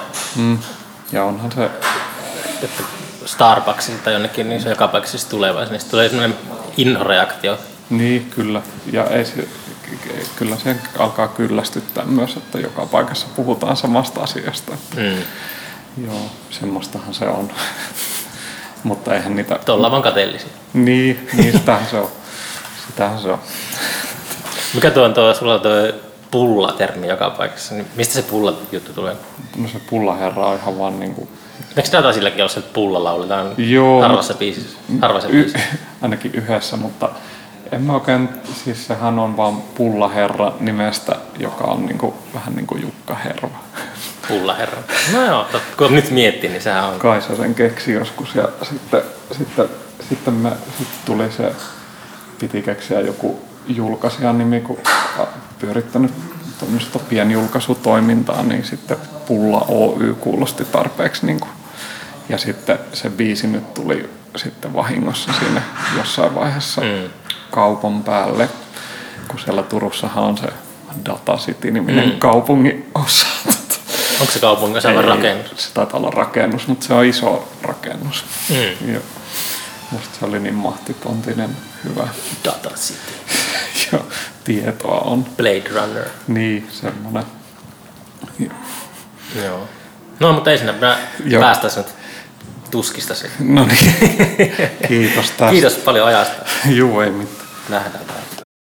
Ja onhan se... Että Starbucksin tai jonnekin, niin se joka paikassa tulee, niin tulee semmoinen inhoreaktio. Niin, kyllä. Ja kyllä se alkaa kyllästyttää myös, että joka paikassa puhutaan samasta asiasta. Joo, semmoistahan se on. Mutta eihän niitä... Ollaan vaan kateellisia. Niin, sitähän se on. Mikä sulla on tuo pulla-termi joka paikassa? Niin mistä se pulla-juttu tulee? No se pullaherra on ihan vaan niinku... Eikö tätä silläkin ole se, että pulla lauletaan harvassa biisissä? Ainakin yhdessä, mutta en mä oikein, siis sehän on vaan Pullaherra nimestä, joka on niinku, vähän niin kuin Jukka Herva. Pullaherra. No joo, kun nyt miettii, niin sehän on. Kaisa sen keksi joskus ja sitten tuli se, piti keksiä joku julkaisijan nimi, kun pyörittänyt tuommoista pienjulkaisutoimintaa, niin sitten Pulla Oy kuulosti tarpeeksi. Niin kuin. Ja sitten se biisi nyt tuli sitten vahingossa siinä jossain vaiheessa kaupan päälle, kun siellä Turussahan on se Data City-niminen kaupungin osa. Onko se kaupungin osa vai rakennus? Se taitaa olla rakennus, mutta se on iso rakennus. Musta se oli niin mahtipontinen, hyvä. Data City. Joo, tietoa on. Blade Runner. Niin, semmoinen. Joo. No, mutta ei sinne päästäisi nyt tuskista. No niin, kiitos tästä. Kiitos paljon ajasta. Juu, ei mitään. Nähdään.